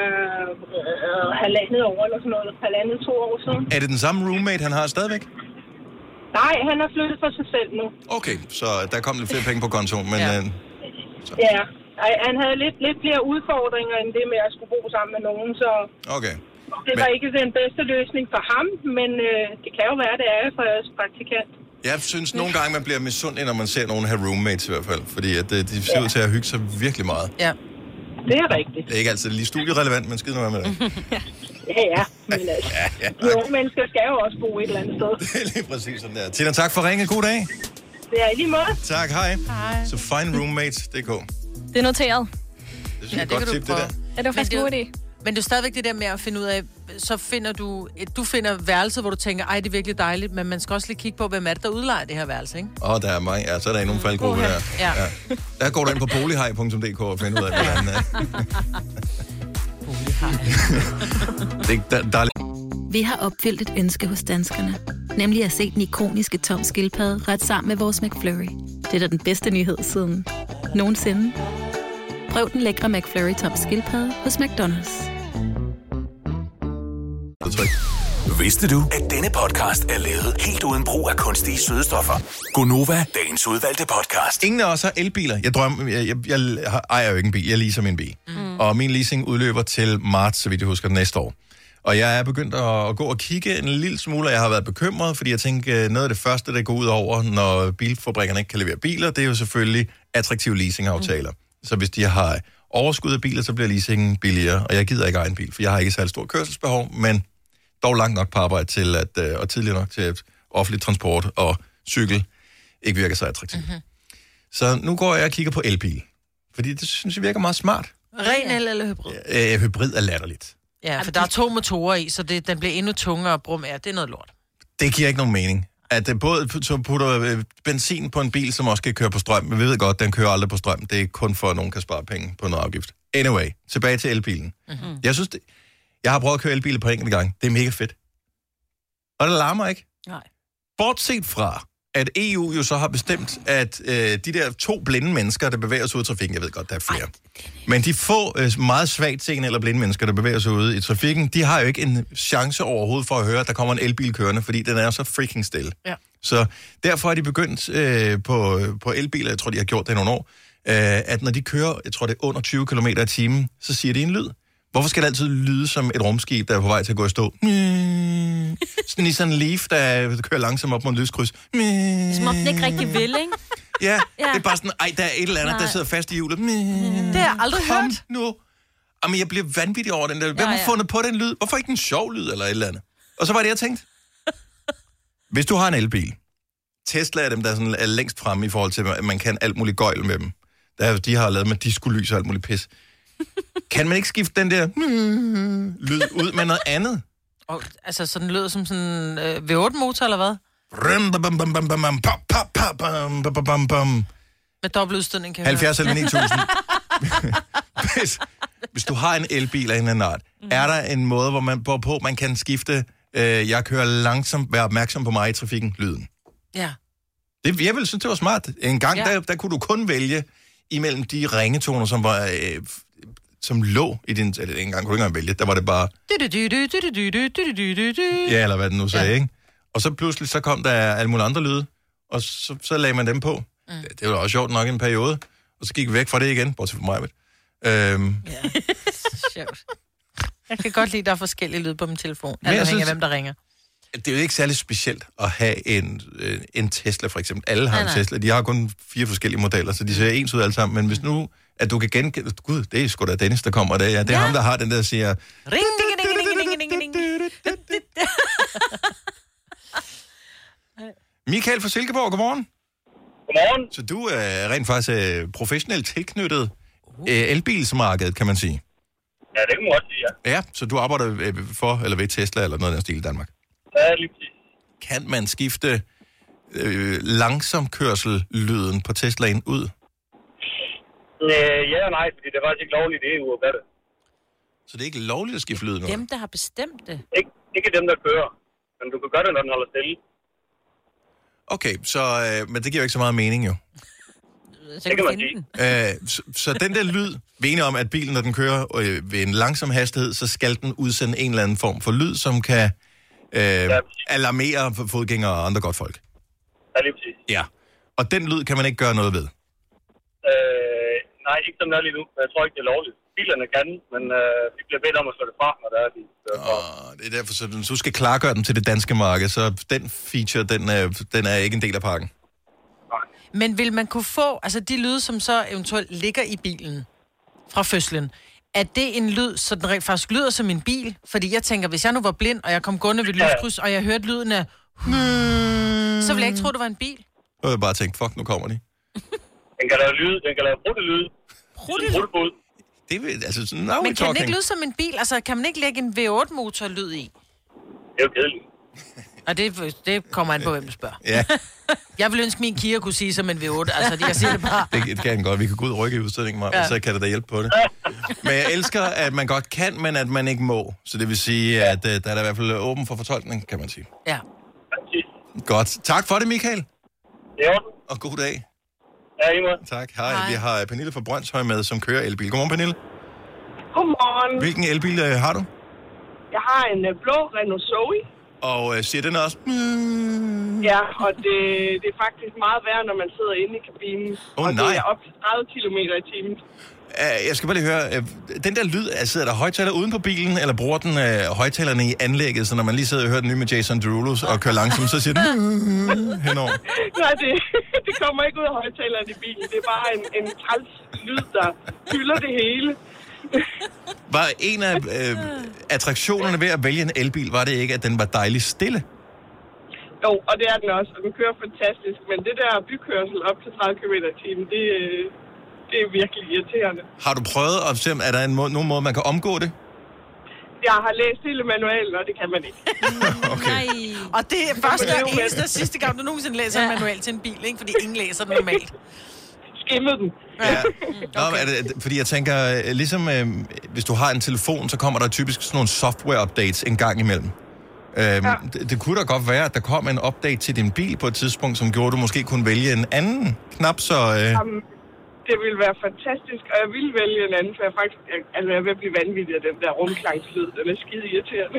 øh, halvandet år eller sådan noget. Halvandet, to år siden. Er det den samme roommate, han har stadigvæk? Nej, han har flyttet for sig selv nu. Okay, så der kom lidt flere penge på kontoen, men... Ja. Øh, ja. Ej, han havde lidt, lidt flere udfordringer end det med at skulle bo sammen med nogen, så... Okay. Det var men... ikke den bedste løsning for ham, men øh, det kan jo være, det er for jeres praktikant. Jeg synes nogle gange, man bliver misundelig, når man ser nogen have roommates i hvert fald, fordi at, de ser ja. ud til at hygge sig virkelig meget. Ja. Det er rigtigt. Det er ikke altid lige studierelevant, men skide noget med det. ja, ja, men altså, ja, ja, de unge mennesker skal jo også bo et eller andet sted. Det er lige præcis sådan der. Tina, tak for ringet. God dag. Det er i lige måde. Tak, hej. Hej. Så find roommates punktum d k. Det er noteret. Det synes jeg ja, godt tip, det der. Ja, det var faktisk god idé. Men det er stadigvæk det der med at finde ud af, så finder du, du finder værelset, hvor du tænker, ej, det er virkelig dejligt, men man skal også lige kigge på, hvem er det, der udlejer det her værelse, ikke? Åh, oh, der er mange, ja, så er der nogle faldgrupper der. Ja. ja. Der går du ind på bolighay punktum d k og finder ud af, hvordan... det, der, der er... Vi har opfyldt et ønske hos danskerne, nemlig at se den ikoniske tom skildpadde ret sammen med vores McFlurry. Det er da den bedste nyhed siden nogensinde. Prøv den lækre McFlurry tom skildpadde hos McDonald's. Vidste du, at denne podcast er lavet helt uden brug af kunstige sødestoffer? Gonova, dagens udvalgte podcast. Ingen af os har elbiler. Jeg drømmer, jeg, jeg, jeg ejer jo ikke en bil. Jeg leaser min bil. Mm. Og min leasing udløber til marts, så vidt jeg husker, næste år. Og jeg er begyndt at, at gå og kigge en lille smule, og jeg har været bekymret, fordi jeg tænker, noget af det første, der går ud over, når bilfabrikkerne ikke kan levere biler, det er jo selvfølgelig attraktive leasingaftaler. Mm. Så hvis de har overskud af biler, så bliver leasingen billigere, og jeg gider ikke egen bil, for jeg har ikke særlig stor kørselsbehov, men dog langt nok på arbejde til, at, og tidligere nok til, at offentlig transport og cykel ikke virker så attraktivt. Mm-hmm. Så nu går jeg og kigger på elbil, fordi det synes jeg virker meget smart. Ren el eller hybrid? Øh, hybrid er latterligt. Ja, for der er to motorer i, så det, den bliver endnu tungere og brum er. Det er noget lort. Det giver ikke nogen mening. At det både så putter benzin på en bil, som også kan køre på strøm, men vi ved godt, den kører aldrig på strøm. Det er kun for, at nogen kan spare penge på noget afgift. Anyway, tilbage til elbilen. Mm-hmm. Jeg synes, det, jeg har prøvet at køre elbil på enkelte gang. Det er mega fedt. Og det larmer ikke. Nej. Bortset fra, at E U jo så har bestemt, at øh, de der to blinde mennesker, der bevæger sig ud i trafikken, jeg ved godt, der er flere, Ej, men de få øh, meget svagt seende eller blinde mennesker, der bevæger sig ude i trafikken, de har jo ikke en chance overhovedet for at høre, at der kommer en elbil kørende, fordi den er så freaking stille. Ja. Så derfor har de begyndt øh, på, på elbiler, jeg tror, de har gjort det i nogle år, øh, at når de kører, jeg tror, det er under tyve kilometer i timen, så siger de en lyd. Hvorfor skal det altid lyde som et rumskib, der er på vej til at gå i stå? Mm. Sådan i sådan en Leaf, der kører langsomt op mod en lyskryds. Mm. Som om den ikke rigtig vil, ikke? Ja, ja, det er bare sådan, ej, der er et eller andet, Nej. der sidder fast i hjulet. Mm. Det har jeg aldrig Kom hørt. nu. Jamen, jeg bliver vanvittig over den der. Hvem ja, ja. har fundet på den lyd? Hvorfor ikke en sjov lyd eller et eller andet? Og så var det, jeg tænkte. Hvis du har en elbil, Tesla er dem, der er, sådan, er længst fremme i forhold til, at man kan alt muligt gøjl med dem. Der, de har lavet med diskolys og alt muligt pis. Kan man ikke skifte den der lyd ud med noget andet? Og, altså, så den lyder som sådan en øh, V otte motor, eller hvad? Med dobbelt udstødning, kan jeg halvfjerds eller ni tusind. hvis, hvis du har en elbil af en anden art, mm. er der en måde, hvor man på, på man kan skifte, øh, jeg kører langsomt, vær opmærksom på mig i trafikken, lyden? Ja. Det, jeg ville synes, det var smart. En gang, ja. der, der kunne du kun vælge imellem de ringetoner, som var... Øh, som lå i din... Eller en gang kunne du ikke engang vælge. Der var det bare... Ja, eller hvad den nu sagde, ja. Ikke? Og så pludselig, så kom der alle mulige andre lyde, og så, så lagde man dem på. Mm. Det, det var også sjovt nok en periode. Og så gik vi væk fra det igen, bortset fra mig. Øhm. Ja, sjovt. Jeg kan godt lide, at der er forskellige lyde på min telefon. Alt afhængig af, hvem der ringer. Det er jo ikke særlig specielt at have en, en Tesla, for eksempel. Alle har nej, en Tesla. De har kun fire forskellige modeller, så de ser ens ud alle sammen. Men hvis nu, at du kan genkende... Gud, det er sgu da Dennis, der kommer der. Ja, det er ja. ham, der har den der, der siger... Ring, ding, ding, ding, ding, ding, ding, ding. Michael fra Silkeborg, godmorgen. Godmorgen. Så du er rent faktisk professionelt tilknyttet uh. elbilsmarkedet, kan man sige. Ja, det kan man også sige, ja. Ja, så du arbejder for eller ved Tesla eller noget af den stil i Danmark? Ja, lige præcis. Kan man skifte øh, langsomkørsel-lyden på Teslaen ud? Øh, ja og nej, fordi det er faktisk ikke lovligt i E U at gøre det. Så det er ikke lovligt at skifte lyden ud? Dem, der har bestemt det? Ik- ikke dem, der kører. Men du kan gøre det, når den holder stille. Okay, så, øh, men det giver jo ikke så meget mening jo. Så det kan man sige. Øh, så, så den der lyd, vi er enige om, at bilen, når den kører øh, ved en langsom hastighed, så skal den udsende en eller anden form for lyd, som kan øh, ja, alarmere for fodgængere og andre godt folk. Ja, lige præcis. Ja, og den lyd kan man ikke gøre noget ved? Øh, nej, ikke som det er lige nu. Jeg tror ikke, det er lovligt. Bilerne kan, men øh, vi bliver bedt om at slå det fra, når der er de kører fra. Oh, det er derfor, så du skal klargøre dem til det danske marked, så den feature, den er, den er ikke en del af pakken. Men vil man kunne få, altså de lyde, som så eventuelt ligger i bilen fra fødslen, er det en lyd, så den rent faktisk lyder som en bil? Fordi jeg tænker, hvis jeg nu var blind, og jeg kom gående ved et lyskryds, og jeg hørte lyden af... Så ville jeg ikke tro, det var en bil. Så ville jeg bare tænke, fuck, nu kommer de. Den kan lave lyd, den kan lave brudtelyd. Brudtelyd? Det vil, altså sådan, men kan talking. den ikke lyde som en bil? Altså, kan man ikke lægge en V otte motor lyd i? Det er jo kedeligt. Og det, det kommer an på, hvem du spørger. Ja. Jeg vil ønske, min Kia kunne sige som en V otte. Altså, jeg siger det bare. Det, det kan den godt. Vi kan gå ud og rykke i udstillingen, Maja, ja. Så kan det da hjælpe på det. Men jeg elsker, at man godt kan, men at man ikke må. Så det vil sige, at uh, der er i hvert fald åben for fortolkning, kan man sige. Ja. Godt. Tak for det, Michael. Ja. Og god dag. Ja, i måde. Tak. Hej. Hej. Vi har Pernille fra Brøndshøj med, som kører elbil. Godmorgen, Pernille. Godmorgen. Hvilken elbil uh, har du? Jeg har en uh, blå Renault Zoe. Og uh, siger den også? Mm. Ja, og det, det er faktisk meget værre, når man sidder inde i kabinen. Oh, og nej. det er op til tredive kilometer i timen. Uh, jeg skal bare lige høre, uh, den der lyd, uh, sidder der højtaler uden på bilen, eller bruger den uh, højtalerne i anlægget, så når man lige sidder og hører den nye med Jason Derulo og kører langsomt, så siger den mm, henover? Nej, det, det kommer ikke ud af højtalerne i bilen. Det er bare en, en træls lyd, der fylder det hele. Var en af øh, attraktionerne ved at vælge en elbil, var det ikke, at den var dejligt stille? Jo, og det er den også, og den kører fantastisk. Men det der bykørsel op til tredive kilometer i timen, det, det er virkelig irriterende. Har du prøvet at se, er der en måde, nogen måde, man kan omgå det? Jeg har læst hele manualen, og det kan man ikke. Okay. Og det er første og eneste og sidste gang, du nogensinde læser en manual til en bil, ikke? Fordi ingen læser den normalt. Skimmede den. Ja. Nå, okay. er det, fordi jeg tænker, ligesom øh, hvis du har en telefon, så kommer der typisk sådan nogle software-updates en gang imellem. Øhm, ja. det, det kunne da godt være, at der kom en update til din bil på et tidspunkt, som gjorde, at du måske kunne vælge en anden knap, så... Øh... Jamen, det ville være fantastisk, og jeg ville vælge en anden, for jeg faktisk jeg, altså, jeg er ved at blive vanvittig af den der rumklangslyd. Den er skide irriterende.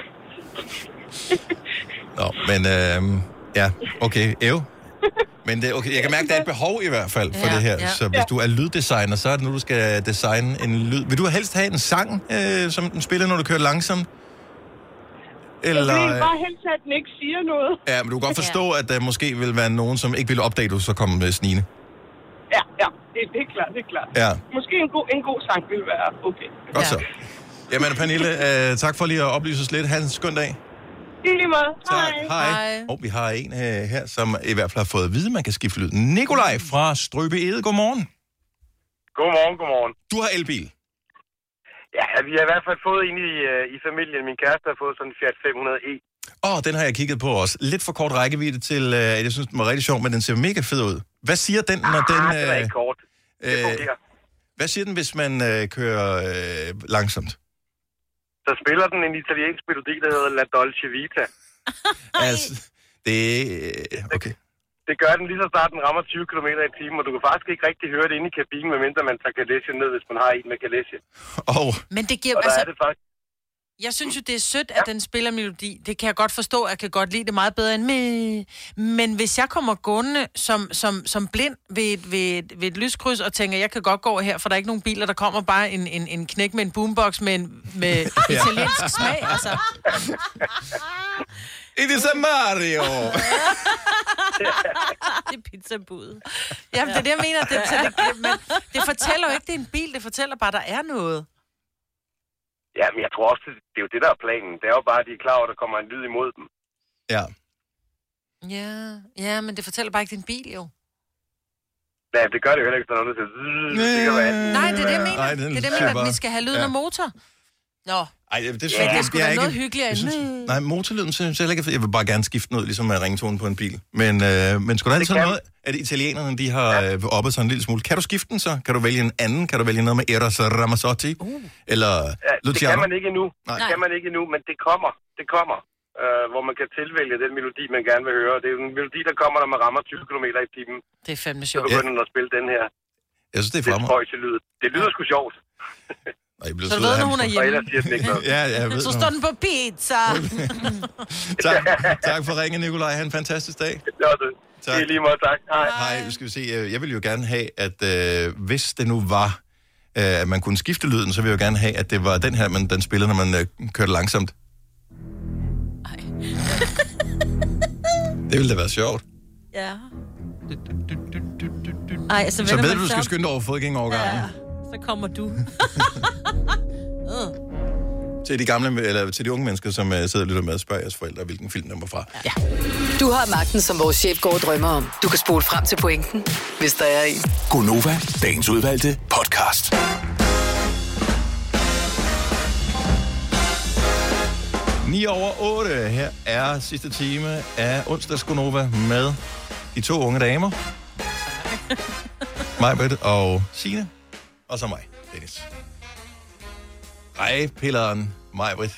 Nå, men øh, ja, okay, ev. Men det, okay, jeg kan mærke, at der er et behov i hvert fald for ja, det her. Ja. Så hvis du er lyddesigner, så er det nu, du skal designe en lyd. Vil du helst have en sang, øh, som den spiller, når du kører langsomt? Eller... Jeg vil bare helst, at den ikke siger noget. Ja, men du kan godt forstå, at der måske vil være nogen, som ikke vil opdage, du så kommer med snigende. Ja, ja, det, det er klart, det er klart. Ja. Måske en god, en god sang vil være okay. Godt ja. så. Jamen, Pernille, øh, tak for lige at oplyse os lidt. Ha' en skøn dag. I lige måde. Tak. Hej. Hej. Og vi har en øh, her, som i hvert fald har fået at vide, at man kan skifte lyd. Nikolaj fra Strøbe Ede, godmorgen. Godmorgen, godmorgen. Du har elbil. Ja, vi har i hvert fald fået en i, uh, i familien. Min kæreste har fået sådan en Fiat fem hundrede e. Åh, oh, den har jeg kigget på også. Lidt for kort rækkevidde til, uh, jeg synes, den var rigtig sjov, men den ser mega fed ud. Hvad siger den, når ah, den... Ah, den er ikke kort. Det fungerer. Øh, hvad siger den, hvis man uh, kører uh, langsomt? Så spiller den en italiensk melodi, der hedder La Dolce Vita. Altså, det er... Okay. det gør den lige så snart den rammer tyve kilometer i timen, og du kan faktisk ikke rigtig høre det inde i kabinen, medmindre man tager kalesje ned, hvis man har en med kalesje. Oh. Men det giver... Og der altså, er det faktisk... Jeg synes jo, det er sødt, at ja. den spiller melodi. Det kan jeg godt forstå, jeg kan godt lide det meget bedre end med. Men hvis jeg kommer gående som, som, som blind ved et, ved, et, ved et lyskryds og tænker, jeg kan godt gå her, for der er ikke nogen biler, der kommer bare en, en, en knæk med en boombox med, en, med italiensk smag, altså. It is a Mario! Det er pizzabud. Jamen, det er det, jeg mener. Det, det, men, det fortæller jo ikke, det er en bil. Det fortæller bare, der er noget. Ja, men jeg tror også, det er jo det, der er planen. Det er jo bare, at de er klar over, at der kommer en lyd imod dem. Ja. Ja, ja, men det fortæller bare ikke, det er en bil, jo. Nej, det gør det jo heller ikke, når noget til. Nej, det er det, jeg mener. Det er det, jeg mener, at vi skal have lyden af motor. Nå. Ej, det, det, ja, det, det skulle være ikke, noget hyggeligere end... Synes, nej, motorlyden synes jeg heller ikke, jeg vil bare gerne skifte noget, ligesom med ringetonen på en bil. Men, øh, men skulle der altid noget, at italienerne, de har ja. oppet sig en lille smule. Kan du skifte den så? Kan du vælge en anden? Kan du vælge noget med Eros Ramazzotti? Uh. Eller ja, Luciano? Det kan man ikke endnu. Nej. Det kan man ikke endnu, men det kommer. Det kommer. Øh, hvor man kan tilvælge den melodi, man gerne vil høre. Det er en melodi, der kommer, når man rammer tyve kilometer i timen. Det er fandme sjovt. Så begynder man at spille den her. Jeg synes, det er fremragende. Det er lyd. Det lyder sgu sjovt. Og så du ved, når hun er hjemme. Ja, jeg ved, så står den på pizza. tak, tak for ringen, Nikolaj. Ha' en fantastisk dag. Det var det. Tak. Det er lige meget, tak. Hej. Hej, nu skal vi se. Jeg vil jo gerne have, at øh, hvis det nu var, øh, at man kunne skifte lyden, så vil jeg jo gerne have, at det var den her, man, den spillede, når man øh, kørte langsomt. Ej. Det ville da være sjovt. Ja. Ej, så, så ved du, du skal skynde over fodgængerovergangen. Ja. Så kommer du. uh. Til de gamle, eller til de unge mennesker, som uh, sidder og lytter med og spørger jeres forældre, hvilken film den var fra. Ja. Du har magten, som vores chef går og drømmer om. Du kan spole frem til pointen, hvis der er en. Gonova, dagens udvalgte podcast. ni over otte. Her er sidste time af onsdags Gonova med de to unge damer. Majbrit og Signe. Og så mig, Dennis. Ej, pilleren, Majbrit.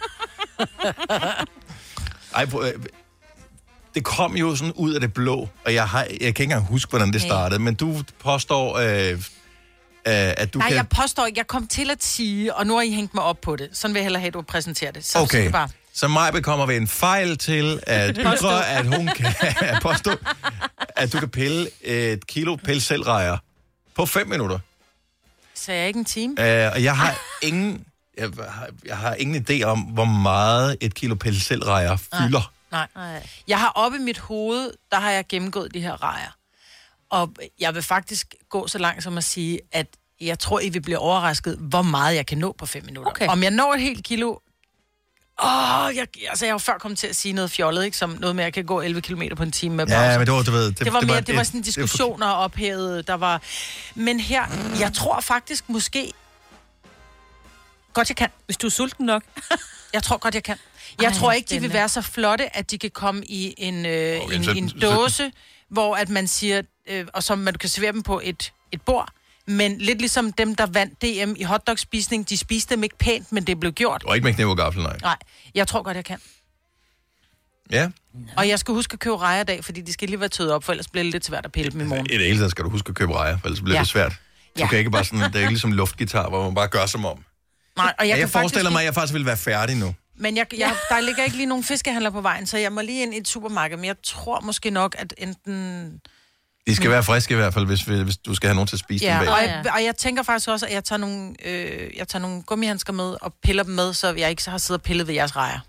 Ej, det kom jo sådan ud af det blå, og jeg, har, jeg kan ikke engang huske, hvordan det startede, men du påstår, øh, øh, at du Nej, kan... jeg påstår ikke. Jeg kom til at sige, og nu har I hængt mig op på det. Sådan vil jeg hellere have, at du præsenterer det. Så okay, bare. Så Majbrit kommer ved en fejl til at ytre, at hun kan påstå, at du kan pille et kilo pelselrejer på fem minutter. Så jeg ikke en time? Uh, og jeg har ingen... Jeg har, jeg har ingen idé om, hvor meget et kilo pelselrejer fylder. Nej. Nej. Jeg har oppe i mit hoved, der har jeg gennemgået de her rejer. Og jeg vil faktisk gå så langt som at sige, at jeg tror, I vil blive overrasket, hvor meget jeg kan nå på fem minutter. Okay. Om jeg når et helt kilo... Åh, jeg, altså jeg har jo før kommet til at sige noget fjollet, ikke? Som noget med, at jeg kan gå elleve kilometer på en time med pause. Ja, men det var, du ved... Det, det var, det mere, var, det var sådan diskussioner ophævet, der var... Men her, jeg tror faktisk måske... Godt, jeg kan. Hvis du er sulten nok. Jeg tror godt, jeg kan. Jeg Ej, tror ikke, de vil være så flotte, at de kan komme i en, øh, okay, en, så, en dåse, så... hvor at man siger... Øh, og som man kan servere dem på et, et bord. Men lidt ligesom dem, der vandt D M i hotdogspisning, de spiste dem ikke pænt, men det blev gjort. Og ikke med kniv og gaffel, nej. Nej, jeg tror godt, jeg kan. Ja. Og jeg skal huske at købe rejer i dag, fordi de skal lige være tøet op, for ellers bliver det lidt svært at pille dem i morgen. I det hele taget skal du huske at købe rejer, for ellers bliver ja. det svært. Du ja. kan ikke bare sådan, det er ikke ligesom luftgitar, hvor man bare gør som om. Nej, og jeg, ja, jeg kan forestiller faktisk... mig, at jeg faktisk vil være færdig nu. Men jeg, jeg, der ligger ikke lige nogen fiskehandler på vejen, så jeg må lige ind i et supermarked, men jeg tror måske nok, at enten... De skal være friske i hvert fald, hvis, hvis du skal have nogen til at spise ja, dem bag. Og jeg, og jeg tænker faktisk også, at jeg tager nogle, øh, jeg tager nogle gummihandsker med og piller dem med, så jeg ikke så har siddet og pillet ved jeres rejer.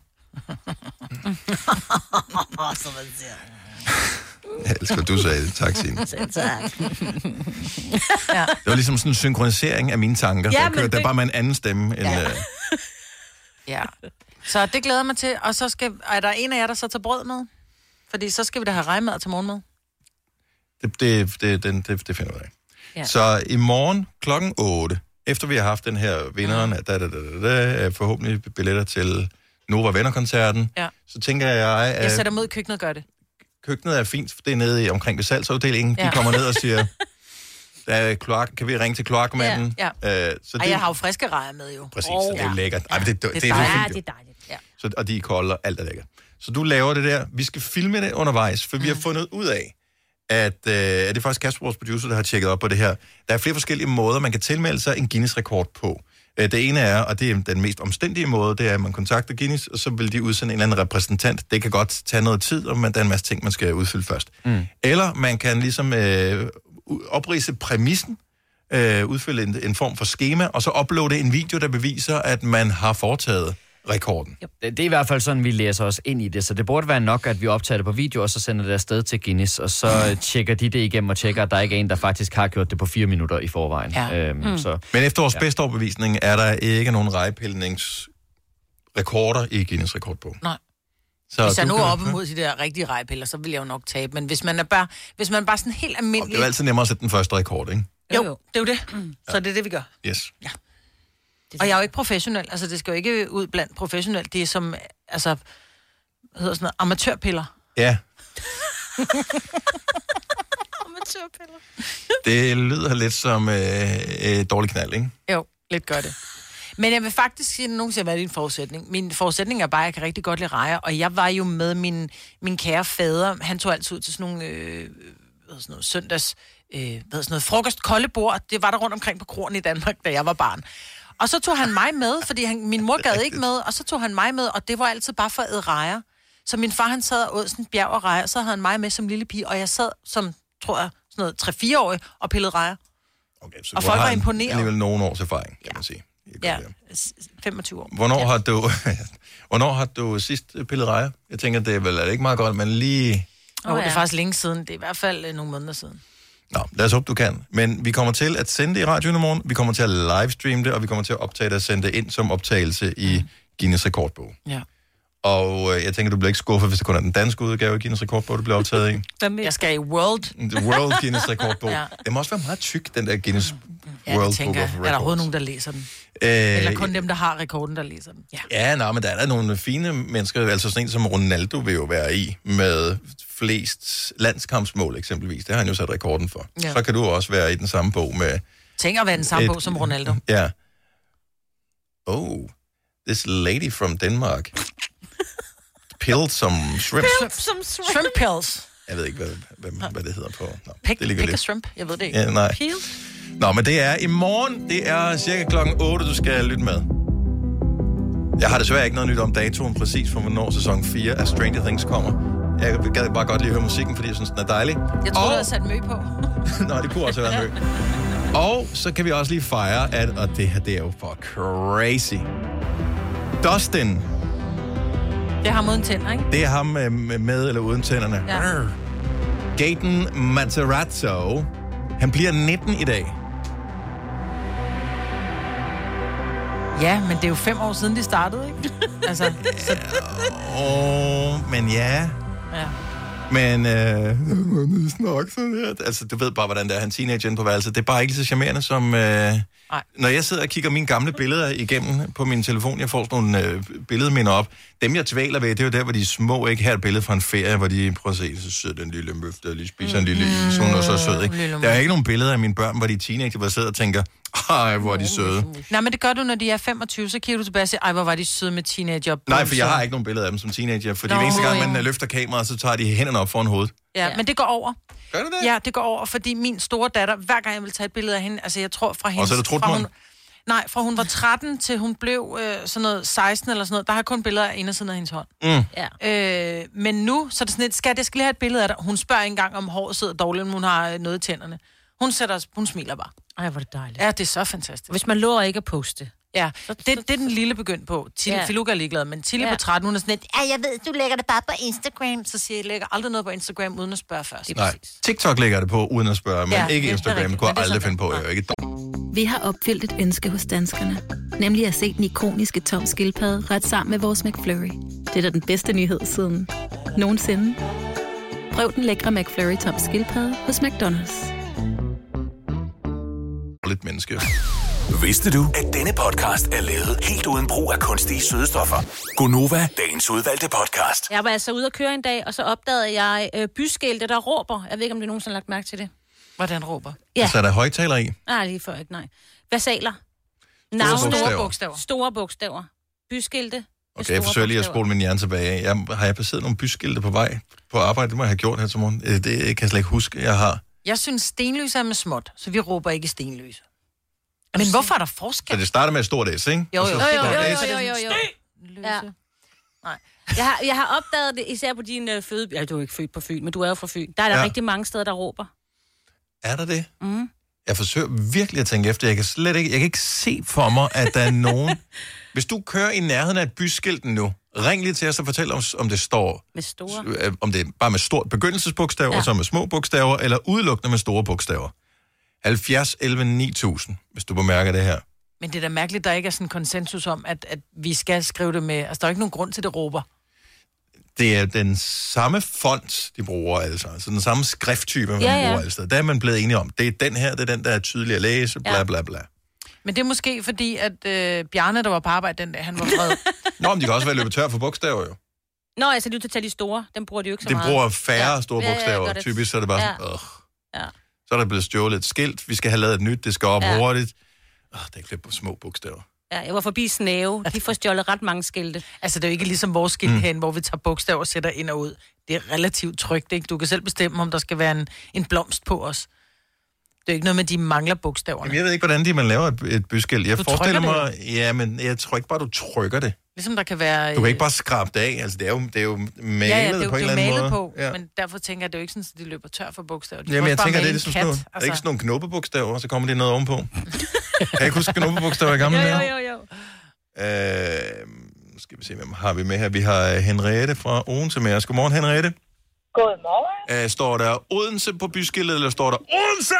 Så man siger. Jeg elsker, du sagde det. Tak, Signe. Tak. Ja. Det var ligesom sådan en synkronisering af mine tanker. Ja, der kørte det... der bare med en anden stemme. End, ja. Uh... ja. Så det glæder mig til. Og så skal, er der en af jer, der så tager brød med? Fordi så skal vi da have rejmad til morgenmad. Det, det, det, det, det, det finder vi af. Ja. Så i morgen klokken otte, efter vi har haft den her vinderen, mm. da, da, da, da, da, forhåbentlig billetter til Nova Venner-koncerten, ja. så tænker jeg... Jeg sætter mod køkkenet, gør det. Køkkenet er fint, det er nede i, omkring ved salgsafdelingen. Ja. De kommer ned og siger, der er kloak, kan vi ringe til kloakmanden? Ja, ja. Øh, så Ej, det, jeg har jo friske rejer med jo. Præcis, oh, det er jo lækkert. Ja. Ej, det, det, det, det, det er dejligt. jo Ja, det er dejligt. Ja. Så, og de er kolde, og alt er lækkert. Så du laver det der. Vi skal filme det undervejs, for vi har fundet ud af, at, øh, at det er faktisk Kasper, vores producer, der har tjekket op på det her. Der er flere forskellige måder, man kan tilmelde sig en Guinness-rekord på. Det ene er, og det er den mest omstændige måde, det er, at man kontakter Guinness, og så vil de udsende en eller anden repræsentant. Det kan godt tage noget tid, og man, der er en masse ting, man skal udfylde først. Mm. Eller man kan ligesom øh, opridse præmissen, øh, udfylde en, en form for schema, og så uploade en video, der beviser, at man har foretaget rekorden. Det er i hvert fald sådan, vi læser os ind i det, så det burde være nok, at vi optager det på video, og så sender det afsted til Guinness, og så tjekker de det igennem og tjekker, at der ikke er en, der faktisk har gjort det på fire minutter i forvejen. Ja. Øhm, mm. så, Men efter vores ja. bedste overbevisning er der ikke nogen rejepilningsrekorder i Guinness rekordbog. Nej. Så hvis jeg nu er kan... oppe imod de der rigtige rejepiller, så vil jeg jo nok tabe. Men hvis man er bare, hvis man er bare sådan helt almindelig... Det er jo altid nemmere at sætte den første rekord, ikke? Jo, jo. det er jo det. Mm. Så det er det, vi gør. Yes. Ja. Og jeg er jo ikke professionel. Altså, det skal jo ikke ud blandt professionelt. Det er som, altså, hvad hedder sådan noget, amatørpiller. Ja. Amatørpiller. Det lyder lidt som øh, øh, dårlig knald, ikke? Jo, lidt gør det. Men jeg vil faktisk sige, at nogen siger, hvad er din forudsætning? Min forudsætning er bare, at jeg kan rigtig godt lide rejer, og jeg var jo med min, min kære fader. Han tog altid ud til sådan nogle øh, hvad sådan noget, søndags, øh, hvad sådan noget, frokost, kolde bord. Det var der rundt omkring på krogen i Danmark, da jeg var barn. Og så tog han mig med, fordi han, min mor gad ikke med, og så tog han mig med, og det var altid bare for at æde rejer. Så min far, han sad og åd sådan et bjerg af rejer, så havde han mig med som lille pige, og jeg sad som, tror jeg, sådan noget tre-fire-årig og pillede rejer. Okay, så og folk var imponeret. Alligevel nogle års erfaring, kan man sige. Ja, femogtyve år. Hvornår, ja. har du, hvornår har du sidst pillet rejer? Jeg tænker, det er vel er det ikke meget godt, men lige... Åh, oh, ja. Det er faktisk længe siden. Det er i hvert fald øh, nogle måneder siden. Nå, lad os håbe, du kan. Men vi kommer til at sende det i radioen i morgen, vi kommer til at livestreame det, og vi kommer til at optage det og sende det ind som optagelse i mm. Guinness rekordbog. Ja. Og øh, jeg tænker, du bliver ikke skuffet, hvis det kun er den danske udgave af Guinness rekordbog, du bliver optaget i. Jeg skal i World. The World Guinness rekordbog. Ja. Det må også være meget tyk, den der Guinness ja, World tænker, Book of Records. Er der overhovedet nogen, der læser den? Øh, Eller kun dem, der har rekorden, der læser den? Ja, ja nej, men der er der nogle fine mennesker, altså sådan en som Ronaldo vil jo være i, med flest landskampsmål eksempelvis. Det har han jo sat rekorden for. Ja. Så kan du også være i den samme bog med... Tænk at være den samme et, bog som Ronaldo. Ja. Oh, this lady from Denmark pilled some shrimp. Pilled some shrimp. Shrimp pills. Jeg ved ikke, hvad, hvad, hvad det hedder på. Nå, pick, det pick a shrimp, jeg ved det ikke. Ja, nej. Peel? Nå, men det er i morgen. Det er cirka klokken otte, du skal lytte med. Jeg har desværre ikke noget nyt om datoen præcis, for hvornår sæson fire af Stranger Things kommer. Jeg gad bare godt lige høre musikken, fordi jeg synes, den er dejlig. Jeg troede, og... du havde sat mø på. Nå, det kunne også være mø. Og så kan vi også lige fejre, at og det her, det er jo for crazy. Dustin. Det er ham uden tænder, ikke? Det er ham med, med eller uden tænderne. Ja. Gaten Matarazzo. Han bliver nitten i dag. Ja, men det er jo fem år siden, de startede, ikke? altså, så... Åh, men ja. Ja. Men, øh, snak sådan her. Altså, du ved bare, hvordan det er, han teenager på værelset. Det er bare ikke så charmerende som... Øh, når jeg sidder og kigger mine gamle billeder igennem på min telefon, jeg får sådan nogle øh, billedminder op. Dem, jeg tvæler ved, det er jo der, hvor de er små, ikke? Her er et billede fra en ferie, hvor de prøver at se, så sød den lille møf, der lige spiser mm, en lille is, hun er så sød, ikke? Der er ikke nogen billeder af mine børn, hvor de er teenager, hvor jeg sidder og tænker, ej, hvor er de søde. Nej, men det gør du, når de er femogtyve, så kigger du tilbage og siger, ej, hvor var de søde med teenager. Nej, for jeg har ikke nogen billeder af dem som teenager, fordi hver eneste gang, man løfter kameraet, så tager de hænderne op foran hovedet. Ja, ja, men det går over. Gør det det? Ja, det går over, fordi min store datter, hver gang jeg vil tage et billede af hende, altså jeg tror fra hende... Og så er det trudt hun... Nej, fra hun var tretten til hun blev øh, sådan noget seksten eller sådan noget, der har jeg kun billeder af indersiden af hendes hånd. Mm. Ja. Øh, men nu, så er det sådan et, skal, jeg skal lige have et billede af dig. Hun spørger ikke engang, om håret sidder dårligt, men hun har noget i tænderne. Hun sætter, hun smiler bare. Ej, hvor er det dejligt. Ja, det er så fantastisk. Hvis man lover ikke at poste. Ja, det, det er den lille begyndt på. Tilly, ja. Filuka er ligeglad, men Tilly ja. På tretten, hun er sådan et, ja, jeg ved, du lægger det bare på Instagram. Så siger jeg, jeg lægger aldrig noget på Instagram, uden at spørge først. Nej, TikTok lægger det på, uden at spørge, men ja, ikke Instagram. Det kunne jeg aldrig finde på. Jeg er ikke dum. Vi har opfyldt et ønske hos danskerne. Nemlig at se den ikoniske Tom Skildpadde ret sammen med vores McFlurry. Det er da den bedste nyhed siden nogensinde. Prøv den lækre McFlurry Tom Skildpadde hos McDonald's. Lidt menneske. Vidste du, at denne podcast er lavet helt uden brug af kunstige sødestoffer? Gonova, dagens udvalgte podcast. Jeg var altså ude at køre en dag, og så opdagede jeg øh, byskilte, der råber. Jeg ved ikke, om det nogensinde har lagt mærke til det. Hvordan råber? Ja. Så er der højtaler i? Nej, lige før ikke, nej. Versaler. Navn, store bogstaver. Store bogstaver. Byskilte. Okay, jeg forsøger lige at spole min hjerne tilbage. Jeg, har jeg passeret nogle byskilte på vej på arbejde? Det må jeg have gjort her til morgen. Det kan jeg slet ikke huske, jeg har. Jeg synes, stenlys er med småt, så vi råber ikke stenlys. Men hvorfor er der forskel? Så det starter med et stort S, ikke? Jo, jo, jo, jo, jo, jo, jo. Ja. Nej. Jeg har, jeg har opdaget det, især på din uh, føde... Ja, du er ikke født på Fyn, men du er jo fra Fyn. Der er der ja. rigtig mange steder, der råber. Er der det? Mm. Jeg forsøger virkelig at tænke efter. Jeg kan slet ikke, jeg kan ikke se for mig, at der er nogen... Hvis du kører i nærheden af et byskilt nu, ring lige til os og fortæl om, om det står... Med store? Om det er bare med stort begyndelsesbogstaver, ja. og så med små bogstaver, eller udelukkende med store bogstaver. halvfjerds elleve ni tusind, hvis du bemærker det her. Men det er da mærkeligt, der ikke er sådan en konsensus om, at, at vi skal skrive det med... Altså, der er ikke nogen grund til, det råber. Det er den samme font, de bruger altså. Altså den samme skrifttype, man ja, ja. bruger altså. Der er man blevet enige om. Det er den her, det er den, der er tydelig at læse, bla ja. bla bla. Men det er måske fordi, at øh, Bjarne, der var på arbejde den dag, han var vred. Nå, men de kan også være løbet tør for bogstaver, jo. Nå, altså du tager de store. Dem bruger de jo ikke så de meget. De bruger færre ja. store bogstaver. Ja, ja, typisk så er det bare ja. sådan, øh. Ja. Så er der blevet stjålet et skilt. Vi skal have lavet et nyt. Det skal op ja. hurtigt. Åh, det er ikke lidt på små bogstaver. Ja, jeg var forbi Snæve. De får stjålet ret mange skilte. Altså, det er jo ikke ligesom vores skilt mm. hen, hvor vi tager bogstaver og sætter ind og ud. Det er relativt trygt, ikke? Du kan selv bestemme, om der skal være en, en blomst på os. Det er ikke noget med, de mangler bogstaverne. Jamen, jeg ved ikke, hvordan de man laver et, et byskilt. Jeg du forestiller mig... Ja, men jeg tror ikke bare, du trykker det. Ligesom der kan være... Du kan ikke bare skrabe det af. Altså, det er jo, det er jo malet ja, ja, det er jo, på en det er eller anden måde. På, ja. Men derfor tænker jeg, at det er jo ikke sådan, at de løber tør for bogstaver. De Jamen, jeg tænker, det er, ligesom sådan noget, altså... ikke sådan nogle knoppebogstaver, og så kommer det noget ovenpå. Kan jeg ikke huske knoppebogstaver i gamle dage? Jo, jo, jo, jo. Øh, skal vi se, hvem har vi med her? Vi har Henriette fra Odense med os. Godmorgen, Henriette. Godmorgen. Øh, står der Odense på byskiltet, eller står der Odense?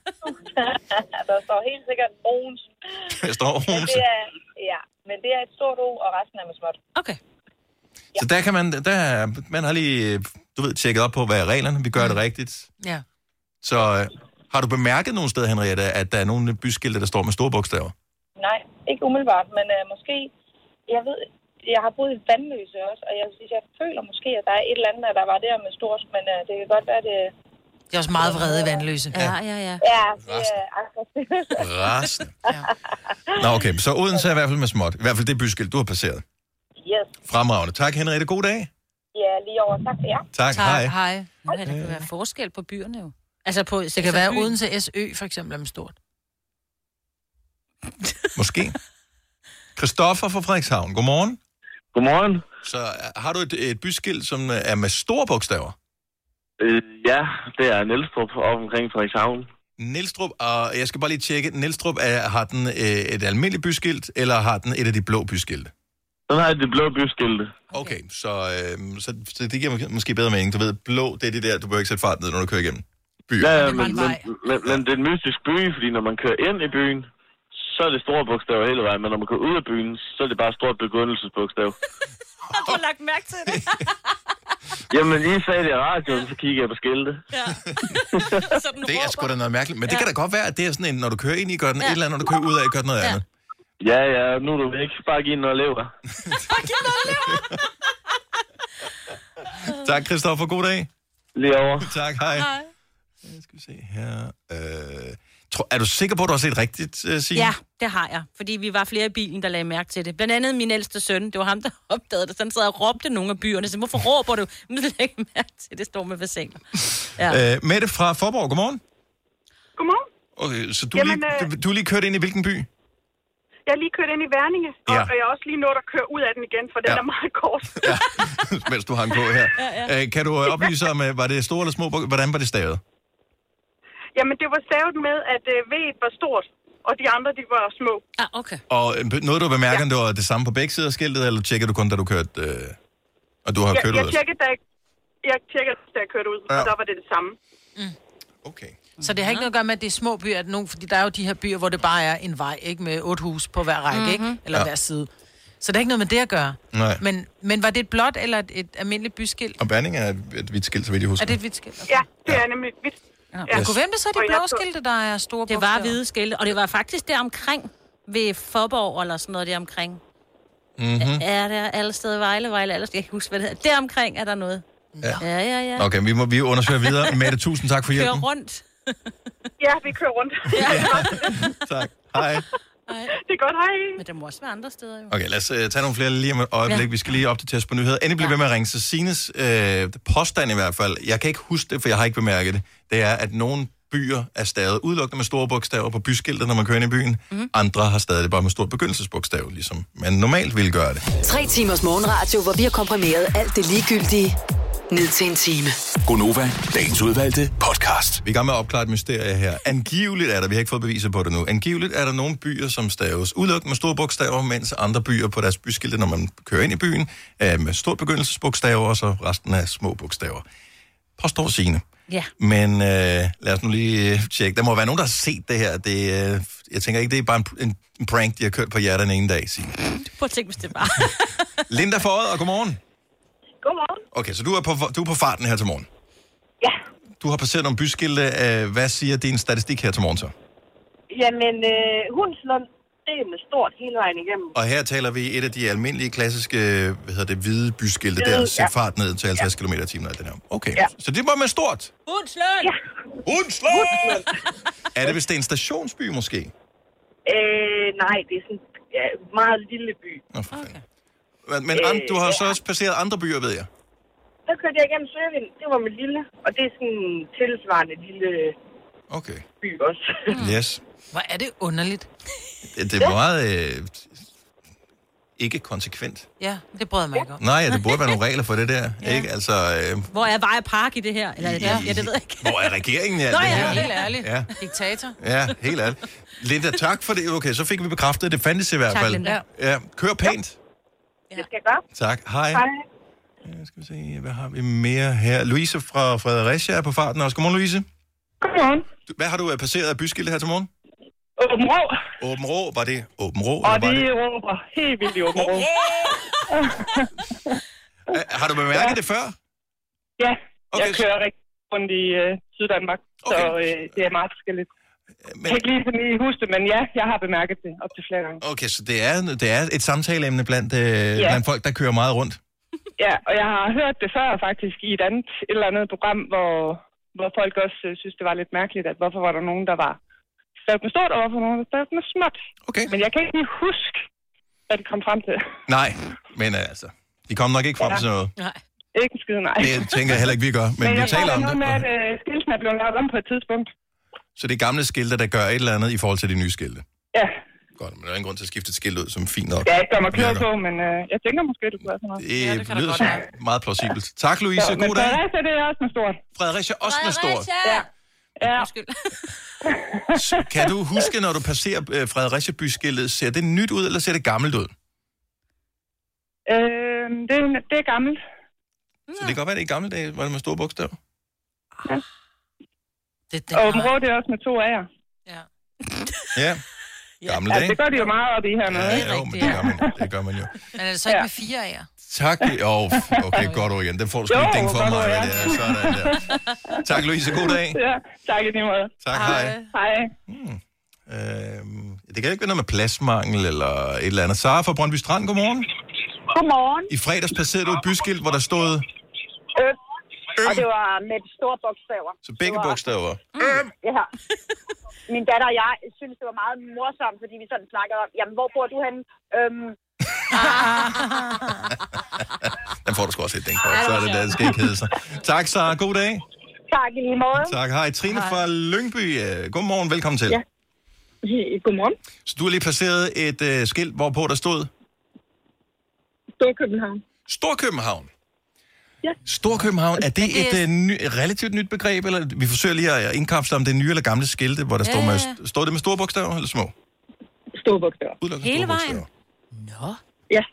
Der står helt sikkert Odense. Der står Odense. Men det er, ja, men det er et stort O, og resten er med småt. Okay. Ja. Så der kan man, der, man har lige, du ved, tjekket op på, hvad er reglerne. Vi gør mm. det rigtigt. Ja. Så øh, har du bemærket nogle steder, Henriette, at der er nogle byskilte, der står med store bogstaver? Nej, ikke umiddelbart, men øh, måske, jeg ved, jeg har boet i Vandløse også, og jeg, jeg føler måske, at der er et eller andet, der var der med stort, men øh, det kan godt være, det... Det er også meget vrede i Vandløse. Ja, ja, ja. Ja, det er aggressivt. Resten. Ja. Nå, okay, så Odense er i hvert fald med småt. I hvert fald det byskilt, du har passeret. Yes. Fremragende. Tak, Henriette. God dag. Ja, lige over. Tak for jer. Tak, tak hej. Hej. Nu kan der være forskel på byerne jo. Altså på, det kan være Odense S Ø, for eksempel, er med stort. Måske. Christoffer fra Frederikshavn. Godmorgen. Godmorgen. Så har du et, et byskilt, som er med store bogstaver? Øh, ja, det er Nielstrup op omkring Frederikshavn. Nielstrup, og jeg skal bare lige tjekke. Nielstrup, er, har den øh, et almindeligt byskilt, eller har den et af de blå byskilte? Den har det blå byskilte. Okay, så, øh, så, så det giver måske bedre mening. Du ved, blå, det er det der, du behøver ikke sætte fart ned, når du kører igennem byen. Ja, men, men, men, men det er en mystisk by, fordi når man kører ind i byen, så er det store bogstaver hele vejen, men når man kører ud af byen, så er det bare stort begyndelsesbogstav. Har du lagt mærke til det? Jamen, I sagde det i radioen, så kigger jeg på skilte. Ja. Det er sgu da noget mærkeligt, men det ja. kan da godt være, at det er sådan en, når du kører ind i, gør den ja. et eller andet, når du kører ud af, gør den noget ja. andet. Ja, ja, nu er du væk. Bare giv den noget lever. Bare giv den noget lever. Tak, Christoffer. God dag. Lige over. Tak, hej. Hej. Skal vi se her. Øh... Er du sikker på, at du har set rigtigt, uh, Signe? Ja, det har jeg. Fordi vi var flere i bilen, der lagde mærke til det. Blandt andet min ældste søn. Det var ham, der opdagede det. Så han sad og råbte nogle af byerne. Så hvorfor råber du? Nu lægger jeg mærke til, det står med fasaner. Ja. Uh, Mette fra Forborg, godmorgen. Godmorgen. Okay, så du, Jamen, lige, du, du er lige kørt ind i hvilken by? Jeg er lige kørt ind i Værninge, og, ja. og jeg er også lige nået at køre ud af den igen, for den ja. er meget kort. Ja, mens du hang på her. Ja, ja. Uh, kan du oplyse om, var det store eller små? Hvordan var det stavet? Jamen, det var stavet med, at øh, V'et var stort, og de andre, de var små. Ah, okay. Og noget, du bemærker, ja. det var det samme på begge sider af skiltet, eller tjekker du kun, da du kørte, øh, og du har ja, kørt jeg ud? Tjekkede, da jeg, jeg tjekkede, da jeg kørte ud, ja. og der var det det samme. Mm. Okay. Så det har ikke noget at gøre med, at det er små byer, at nogen, fordi der er jo de her byer, hvor det bare er en vej, ikke, med otte hus på hver række, mm-hmm. ikke? Eller ja. hver side. Så det er ikke noget med det at gøre. Nej. Men, men var det et blåt eller et, et almindeligt byskilt? Og Værning er et, et hvidt skilt, så vidt jeg husker. Er det et hvidt skilt? Okay. Ja, det er nemlig hvidt. Ja. Ja. Kunne hvem det så er de blå skilte, der er store Det var hvide skilte, og det var faktisk der omkring ved Forborg, eller sådan noget der omkring. Mm-hmm. Er der alle steder Vejle, Vejle, alle steder, jeg kan huske, hvad det hedder. Der omkring er der noget. Ja, ja, ja. ja. Okay, vi må vi undersøge videre. Mette, tusind tak for hjælpen. Kør rundt. Ja, vi kører rundt. Ja. Tak. Hej. Det er godt, hej. Men der må også være andre steder, jo. Okay, lad os uh, tage nogle flere lige om et øjeblik. Ja. Vi skal lige opdatere os på nyheder. Endelig bliver ja. ved med at ringe. Så Sines øh, påstand i hvert fald, jeg kan ikke huske det, for jeg har ikke bemærket det, det er, at nogle byer er stadig udelukkende med store bogstaver på byskiltet, når man kører ind i byen. Mm-hmm. Andre har stadig bare med stort begyndelsesbogstav, ligesom man normalt ville gøre det. Tre timers morgenradio, hvor vi har komprimeret alt det ligegyldige ned til en time. Gonova, dagens udvalgte podcast. Vi er i gang med at opklare et mysterie her. Angiveligt er der, vi har ikke fået beviser på det nu, angiveligt er der nogle byer, som staves udelukkende med store bogstaver, mens andre byer på deres byskilte, når man kører ind i byen, er med stort begyndelsesbogstaver, og så resten af små bogstaver. Påstår Signe. Ja. Men øh, lad os nu lige tjekke. Der må være nogen, der har set det her. Det, øh, jeg tænker ikke, det er bare en, en prank, de har kørt på jer den ene dag, Signe. Prøv at tænke, hvis det var. Linda Forret, og godmorgen. Godmorgen. Okay, så du er på, du er på farten her til morgen? Ja. Du har passeret nogle byskilte. Hvad siger din statistik her til morgen så? Jamen, øh, Hundslund, det er med stort hele vejen igennem. Og her taler vi et af de almindelige, klassiske, hvad hedder det, hvide byskilte Hvide, der. Sæt ja. fart ned til halvtreds kilometer i timen. Og den her. Okay, Ja. så det var med stort. Hundslund! Ja. Hundslund! Er det, hvis det er en stationsby måske? Øh, nej, det er sådan en ja, meget lille by. Nå, for okay. Men, men øh, du har så også passeret andre byer, ved jeg. Der kørte jeg igennem Søvind. Det var med lille. Og det er sådan en tilsvarende lille okay. by også. Yes. Hvor er det underligt. Det, det er meget øh, ikke konsekvent. Ja, det bryder mig ikke om. Nej, det burde være nogle regler for det der. Ja. Ikke? Altså, øh, Hvor er Vej Park i det her? Eller, ja. ja, det ved jeg ikke. Hvor er regeringen i alt Nå, det ja, her? Helt ærligt. Ja. Diktator. Ja, helt ærligt. Linda, tak for det. Okay, så fik vi bekræftet, at det fandtes i hvert Tak, fald. Linda. Ja, kør pænt. Ja. Det skal jeg gøre. Tak. Hej. Hej. Ja, skal vi se, hvad har vi mere her? Louise fra Fredericia er på farten også. Godmorgen, Louise. Godmorgen. Hvad har du passeret af byskilte her til morgen? Åben Rå. Åben Rå, var det Åben Rå? Og eller var de det... råber helt vildt i Åben Rå. Har du bemærket ja. det før? Ja, okay, jeg kører rigtig rundt i øh, Syddanmark, okay. så øh, det er meget forskelligt. Men... Jeg kan ikke lige, lige huske det, men ja, jeg har bemærket det op til flere gange. Okay, så det er, det er et samtaleemne blandt, øh, ja. blandt folk, der kører meget rundt? Ja, og jeg har hørt det før faktisk i et andet et eller andet program, hvor, hvor folk også øh, synes, det var lidt mærkeligt, at hvorfor var der nogen, der var skrevet med stort, og hvorfor nogen, der skrevet med småt. Okay. Men jeg kan ikke lige huske, hvad det kom frem til. Nej, men altså, de kom nok ikke frem ja. til noget. Nej. Ikke en skid, nej. Det tænker jeg heller ikke, vi gør, men, men vi taler om det. Men jeg tror, med, at uh, skiltene er blevet lavet om på et tidspunkt. Så det er gamle skilte, der gør et eller andet i forhold til de nye skilte? Ja. Godt, men der er ingen grund til at skifte et skilt ud, som fint nok. Ja, jeg gør mig klog på, men uh, jeg tænker måske, det kunne være sådan noget. Det, ja, det lyder som meget plausibelt. Tak, Louise. Så, God men dag. Fredericia, det er også med stort. Fredericia også med stort? Ja. Ja. Kan du huske, når du passerer uh, Fredericia byskiltet, ser det nyt ud, eller ser det gammelt ud? Øh, det, det er gammelt. Så det kan godt være, det i gamle dage var det med store bogstaver? Ja. Det, det og Åben Rå, det er også med to A'er. Ja. Ja. Gamle ja, dage. det gør de jo meget op i hernede. Ja, ja, jo, men det gør man, det gør man jo. Men er det så ikke ja. med fire A'er? Tak. Åh, oh, okay, godt ord igen. Den får du sgu en ding for mig. Ja. Det er sådan der. Tak, Louise. God dag. Ja, tak i lige måde. Tak, hej. Hej. Hmm. Øhm, det kan ikke være noget med pladsmangel eller et eller andet. Sara fra Brøndby Strand, godmorgen. Godmorgen. I fredags passerede du et byskilt, hvor der stod... Øm. Og det var med store bogstaver. Så begge var... bogstaver? Øm. Ja. Min datter og jeg synes, det var meget morsomt, fordi vi sådan snakkede om, jamen, hvor bor du henne? Øhm. Den får du sgu også et ding på, så er det der, det skal ikke hedde sig. Tak, Sara. God dag. Tak i lige måde. Tak. Hej. Trine Hej. fra Lyngby. Godmorgen. Velkommen til. Ja. Godmorgen. Så du har lige passeret et uh, skilt, hvorpå der stod? Storkøbenhavn. Storkøbenhavn? Ja. Storkøbenhavn, er det et, et, ny, et relativt nyt begreb, eller vi forsøger lige at indkapsle om det nye eller gamle skilte, hvor der ja. står med, står det med store bogstaver eller små? Store bogstaver. Udelukkende hele store vejen? Bogstaver. Nå. Ja.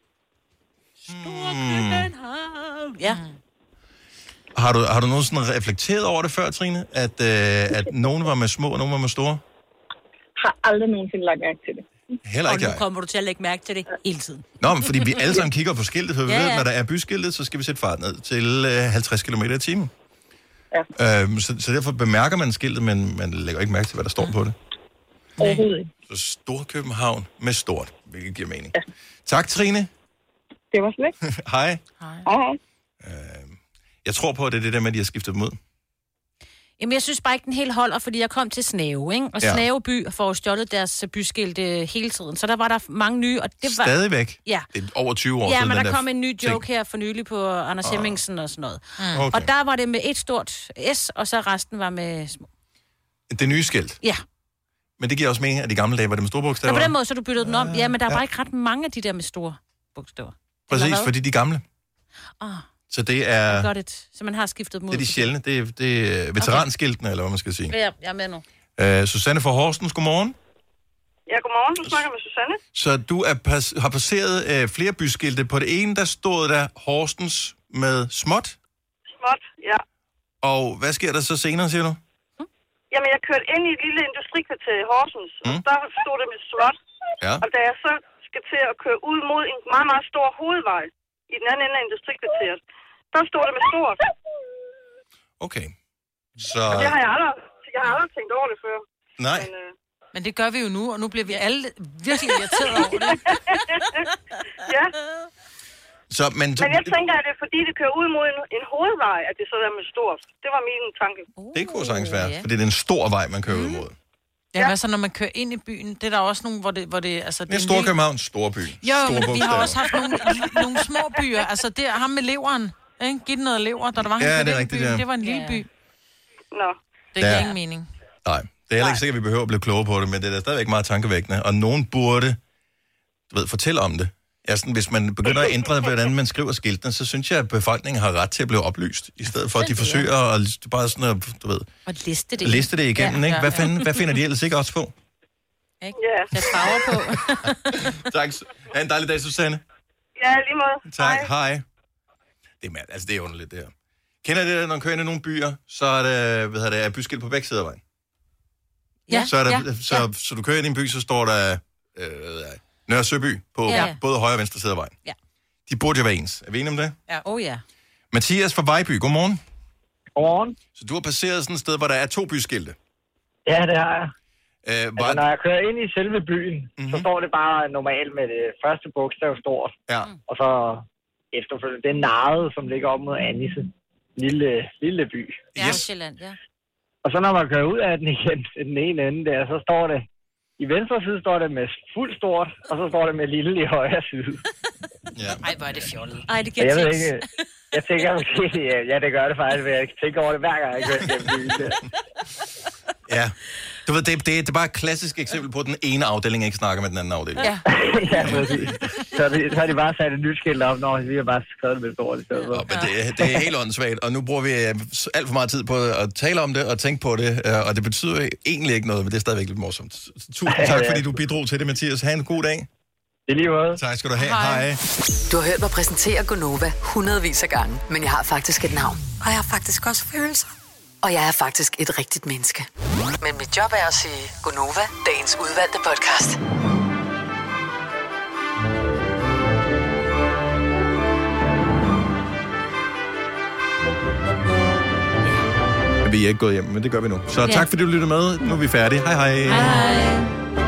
Storkøbenhavn. Hmm. Ja. Har du, har du nogensinde reflekteret over det før, Trine? At, øh, at nogen var med små, og nogen var med store? Har aldrig nogensinde lagt mærke til det. Heller ikke og nu jeg. kommer du til at lægge mærke til det hele tiden. Nå, men fordi vi alle sammen kigger på skiltet, for vi ja, ved, ja. når der er byskiltet, så skal vi sætte fart ned til øh, halvtreds kilometer i timen. Ja. Øhm, så, så derfor bemærker man skiltet, men man lægger ikke mærke til, hvad der står ja. på det. Overhovedet ikke. Så Storkøbenhavn med stort, hvilket giver mening. Ja. Tak, Trine. Det var slet. Hej. Hej. Hej. Øhm, jeg tror på, at det er det der med, at de har skiftet dem ud. Jamen, jeg synes bare ikke, den helt holder, fordi jeg kom til Snave, ikke? Og Ja. Snave by får stjålet deres byskilte hele tiden. Så der var der mange nye, og det var... Stadigvæk? Ja. Det er over tyve år Ja, siden, men den der der kom en ny ting. joke her for nylig på Anders Hemmingsen og sådan noget. Mm. Okay. Og der var det med et stort S, og så resten var med små. Det nye skilt. Ja. Men det giver også mening, at de gamle dage var det med store bogstaver. Så på den måde, så du byttede den om. Ja, men der Ja. var ikke ret mange af de der med store bogstaver. Præcis, hvad? fordi de er gamle. Ah, Så det er, godt et. Så man har skiftet dem ud. det er de sjældne. Det er, det er veteranskiltene, okay. eller hvad man skal sige. Ja, jeg er med nu. Uh, Susanne fra Horsens, godmorgen. Ja, godmorgen. Du snakker med Susanne. Så du er pas, har passeret uh, flere byskilte. På det ene, der stod der Horsens med småt. Småt, ja. Og hvad sker der så senere, siger du? Jamen, jeg kørte ind i et lille industrikvarter i Horsens, mm. og der stod det med småt. Ja. Og da jeg så skal til at køre ud mod en meget, meget stor hovedvej i den anden ende af industrikvarteret, der stod det med stort. Okay. Så... Og det har jeg aldrig, jeg har aldrig tænkt over det før. Nej. Men, øh... Men det gør vi jo nu, og nu bliver vi alle virkelig irriteret over det. ja. Så, men, men jeg tænker, at det er fordi, det kører ud mod en, en hovedvej, at det så er med stort. Det var min tanke. Det kunne sagtens være, fordi det er en stor vej, man kører mm. ud mod. Ja, ja. Altså, når man kører ind i byen, det er der også nogle, hvor det... Hvor det, altså, det er Storkøbenhavn, Storby. Jo, men vi har også haft nogle, nogle små byer. Altså, det er ham med leveren. Ikke? Giv den noget lever, da der var ja, han det er rigtigt, byen. ja. Det var en lille by. Nå. Det giver Ja. ingen mening. Nej, det er heller ikke sikkert, at vi behøver at blive klogere på det, men det er da stadigvæk meget tankevækkende. Og nogen burde, du ved, fortælle om det. Ja, sådan, hvis man begynder at ændre, hvordan man skriver skiltene, så synes jeg, at befolkningen har ret til at blive oplyst, i stedet for, at de forsøger at bare sådan at, du ved... Og liste det. Liste det igennem, ja, ikke? Hvad, ja. fanden, hvad finder de ellers ikke også på? Ikke? Ja. Sæt farver på. Tak. Ha' en dejlig dag, Susanne. Ja, lige måde. Tak. Hej. Hej. Det er, mad, altså, det er underligt, det her. Kender I det, når man kører ind i nogle byer, så er det, hvad hedder det, byskilt på begge sider af vejen? Ja, Så, er der, ja, så, ja. så du kører ind i en by, så står der øh, Nørre Søby på Ja. både højre og venstre side af vejen. Ja. De burde jo være ens. Er vi enige om det? Ja. Oh ja. Mathias fra Vejby, godmorgen. Godmorgen. Så du har passeret sådan et sted, hvor der er to byskilte. Ja, det har jeg. Øh, var... altså, når jeg kører ind i selve byen, mm-hmm. så står det bare normalt med det første bogstav stort. Ja. Og så efterfølgende det narede, som ligger op mod Annisse. Lille, lille by. Ja, yes. Sjælland, ja. Og så når man kører ud af den igen, den ene ende der, så står det, i venstre side står det med fuld stort, og så står det med lille i højre side. Ja. Ej, hvor er det fjollet. Ej, det giver jeg ved tips. ikke, jeg tænker måske, ja, ja, det gør det faktisk, men jeg tænker over det hver gang, jeg kører gennem byen der. Ja. Du ved, det, det, det er bare et klassisk eksempel på, at den ene afdeling ikke snakker med den anden afdeling. Ja. Ja, præcis. Så, det, så har de bare sat et nyt skilt op, når vi har bare skrevet det med stort i stedet for. Ja, men det, det er helt åndssvagt, og nu bruger vi alt for meget tid på at tale om det og tænke på det, og det betyder egentlig ikke noget, men det er stadigvæk lidt morsomt. Tusind tak, fordi du bidrog til det, Mathias. Ha' en god dag. I lige måde. Tak skal du have. Hej. Hej. Du har hørt mig præsentere Gonova hundredvis af gange, men jeg har faktisk et navn. Og jeg har faktisk også følelser. Og jeg er faktisk et rigtigt menneske. Men mit job er at sige Gonova, dagens udvalgte podcast. Vi er ikke gået hjem, men det gør vi nu. Så Ja. tak fordi du lyttede med. Nu er vi færdige. Hej hej. Hej.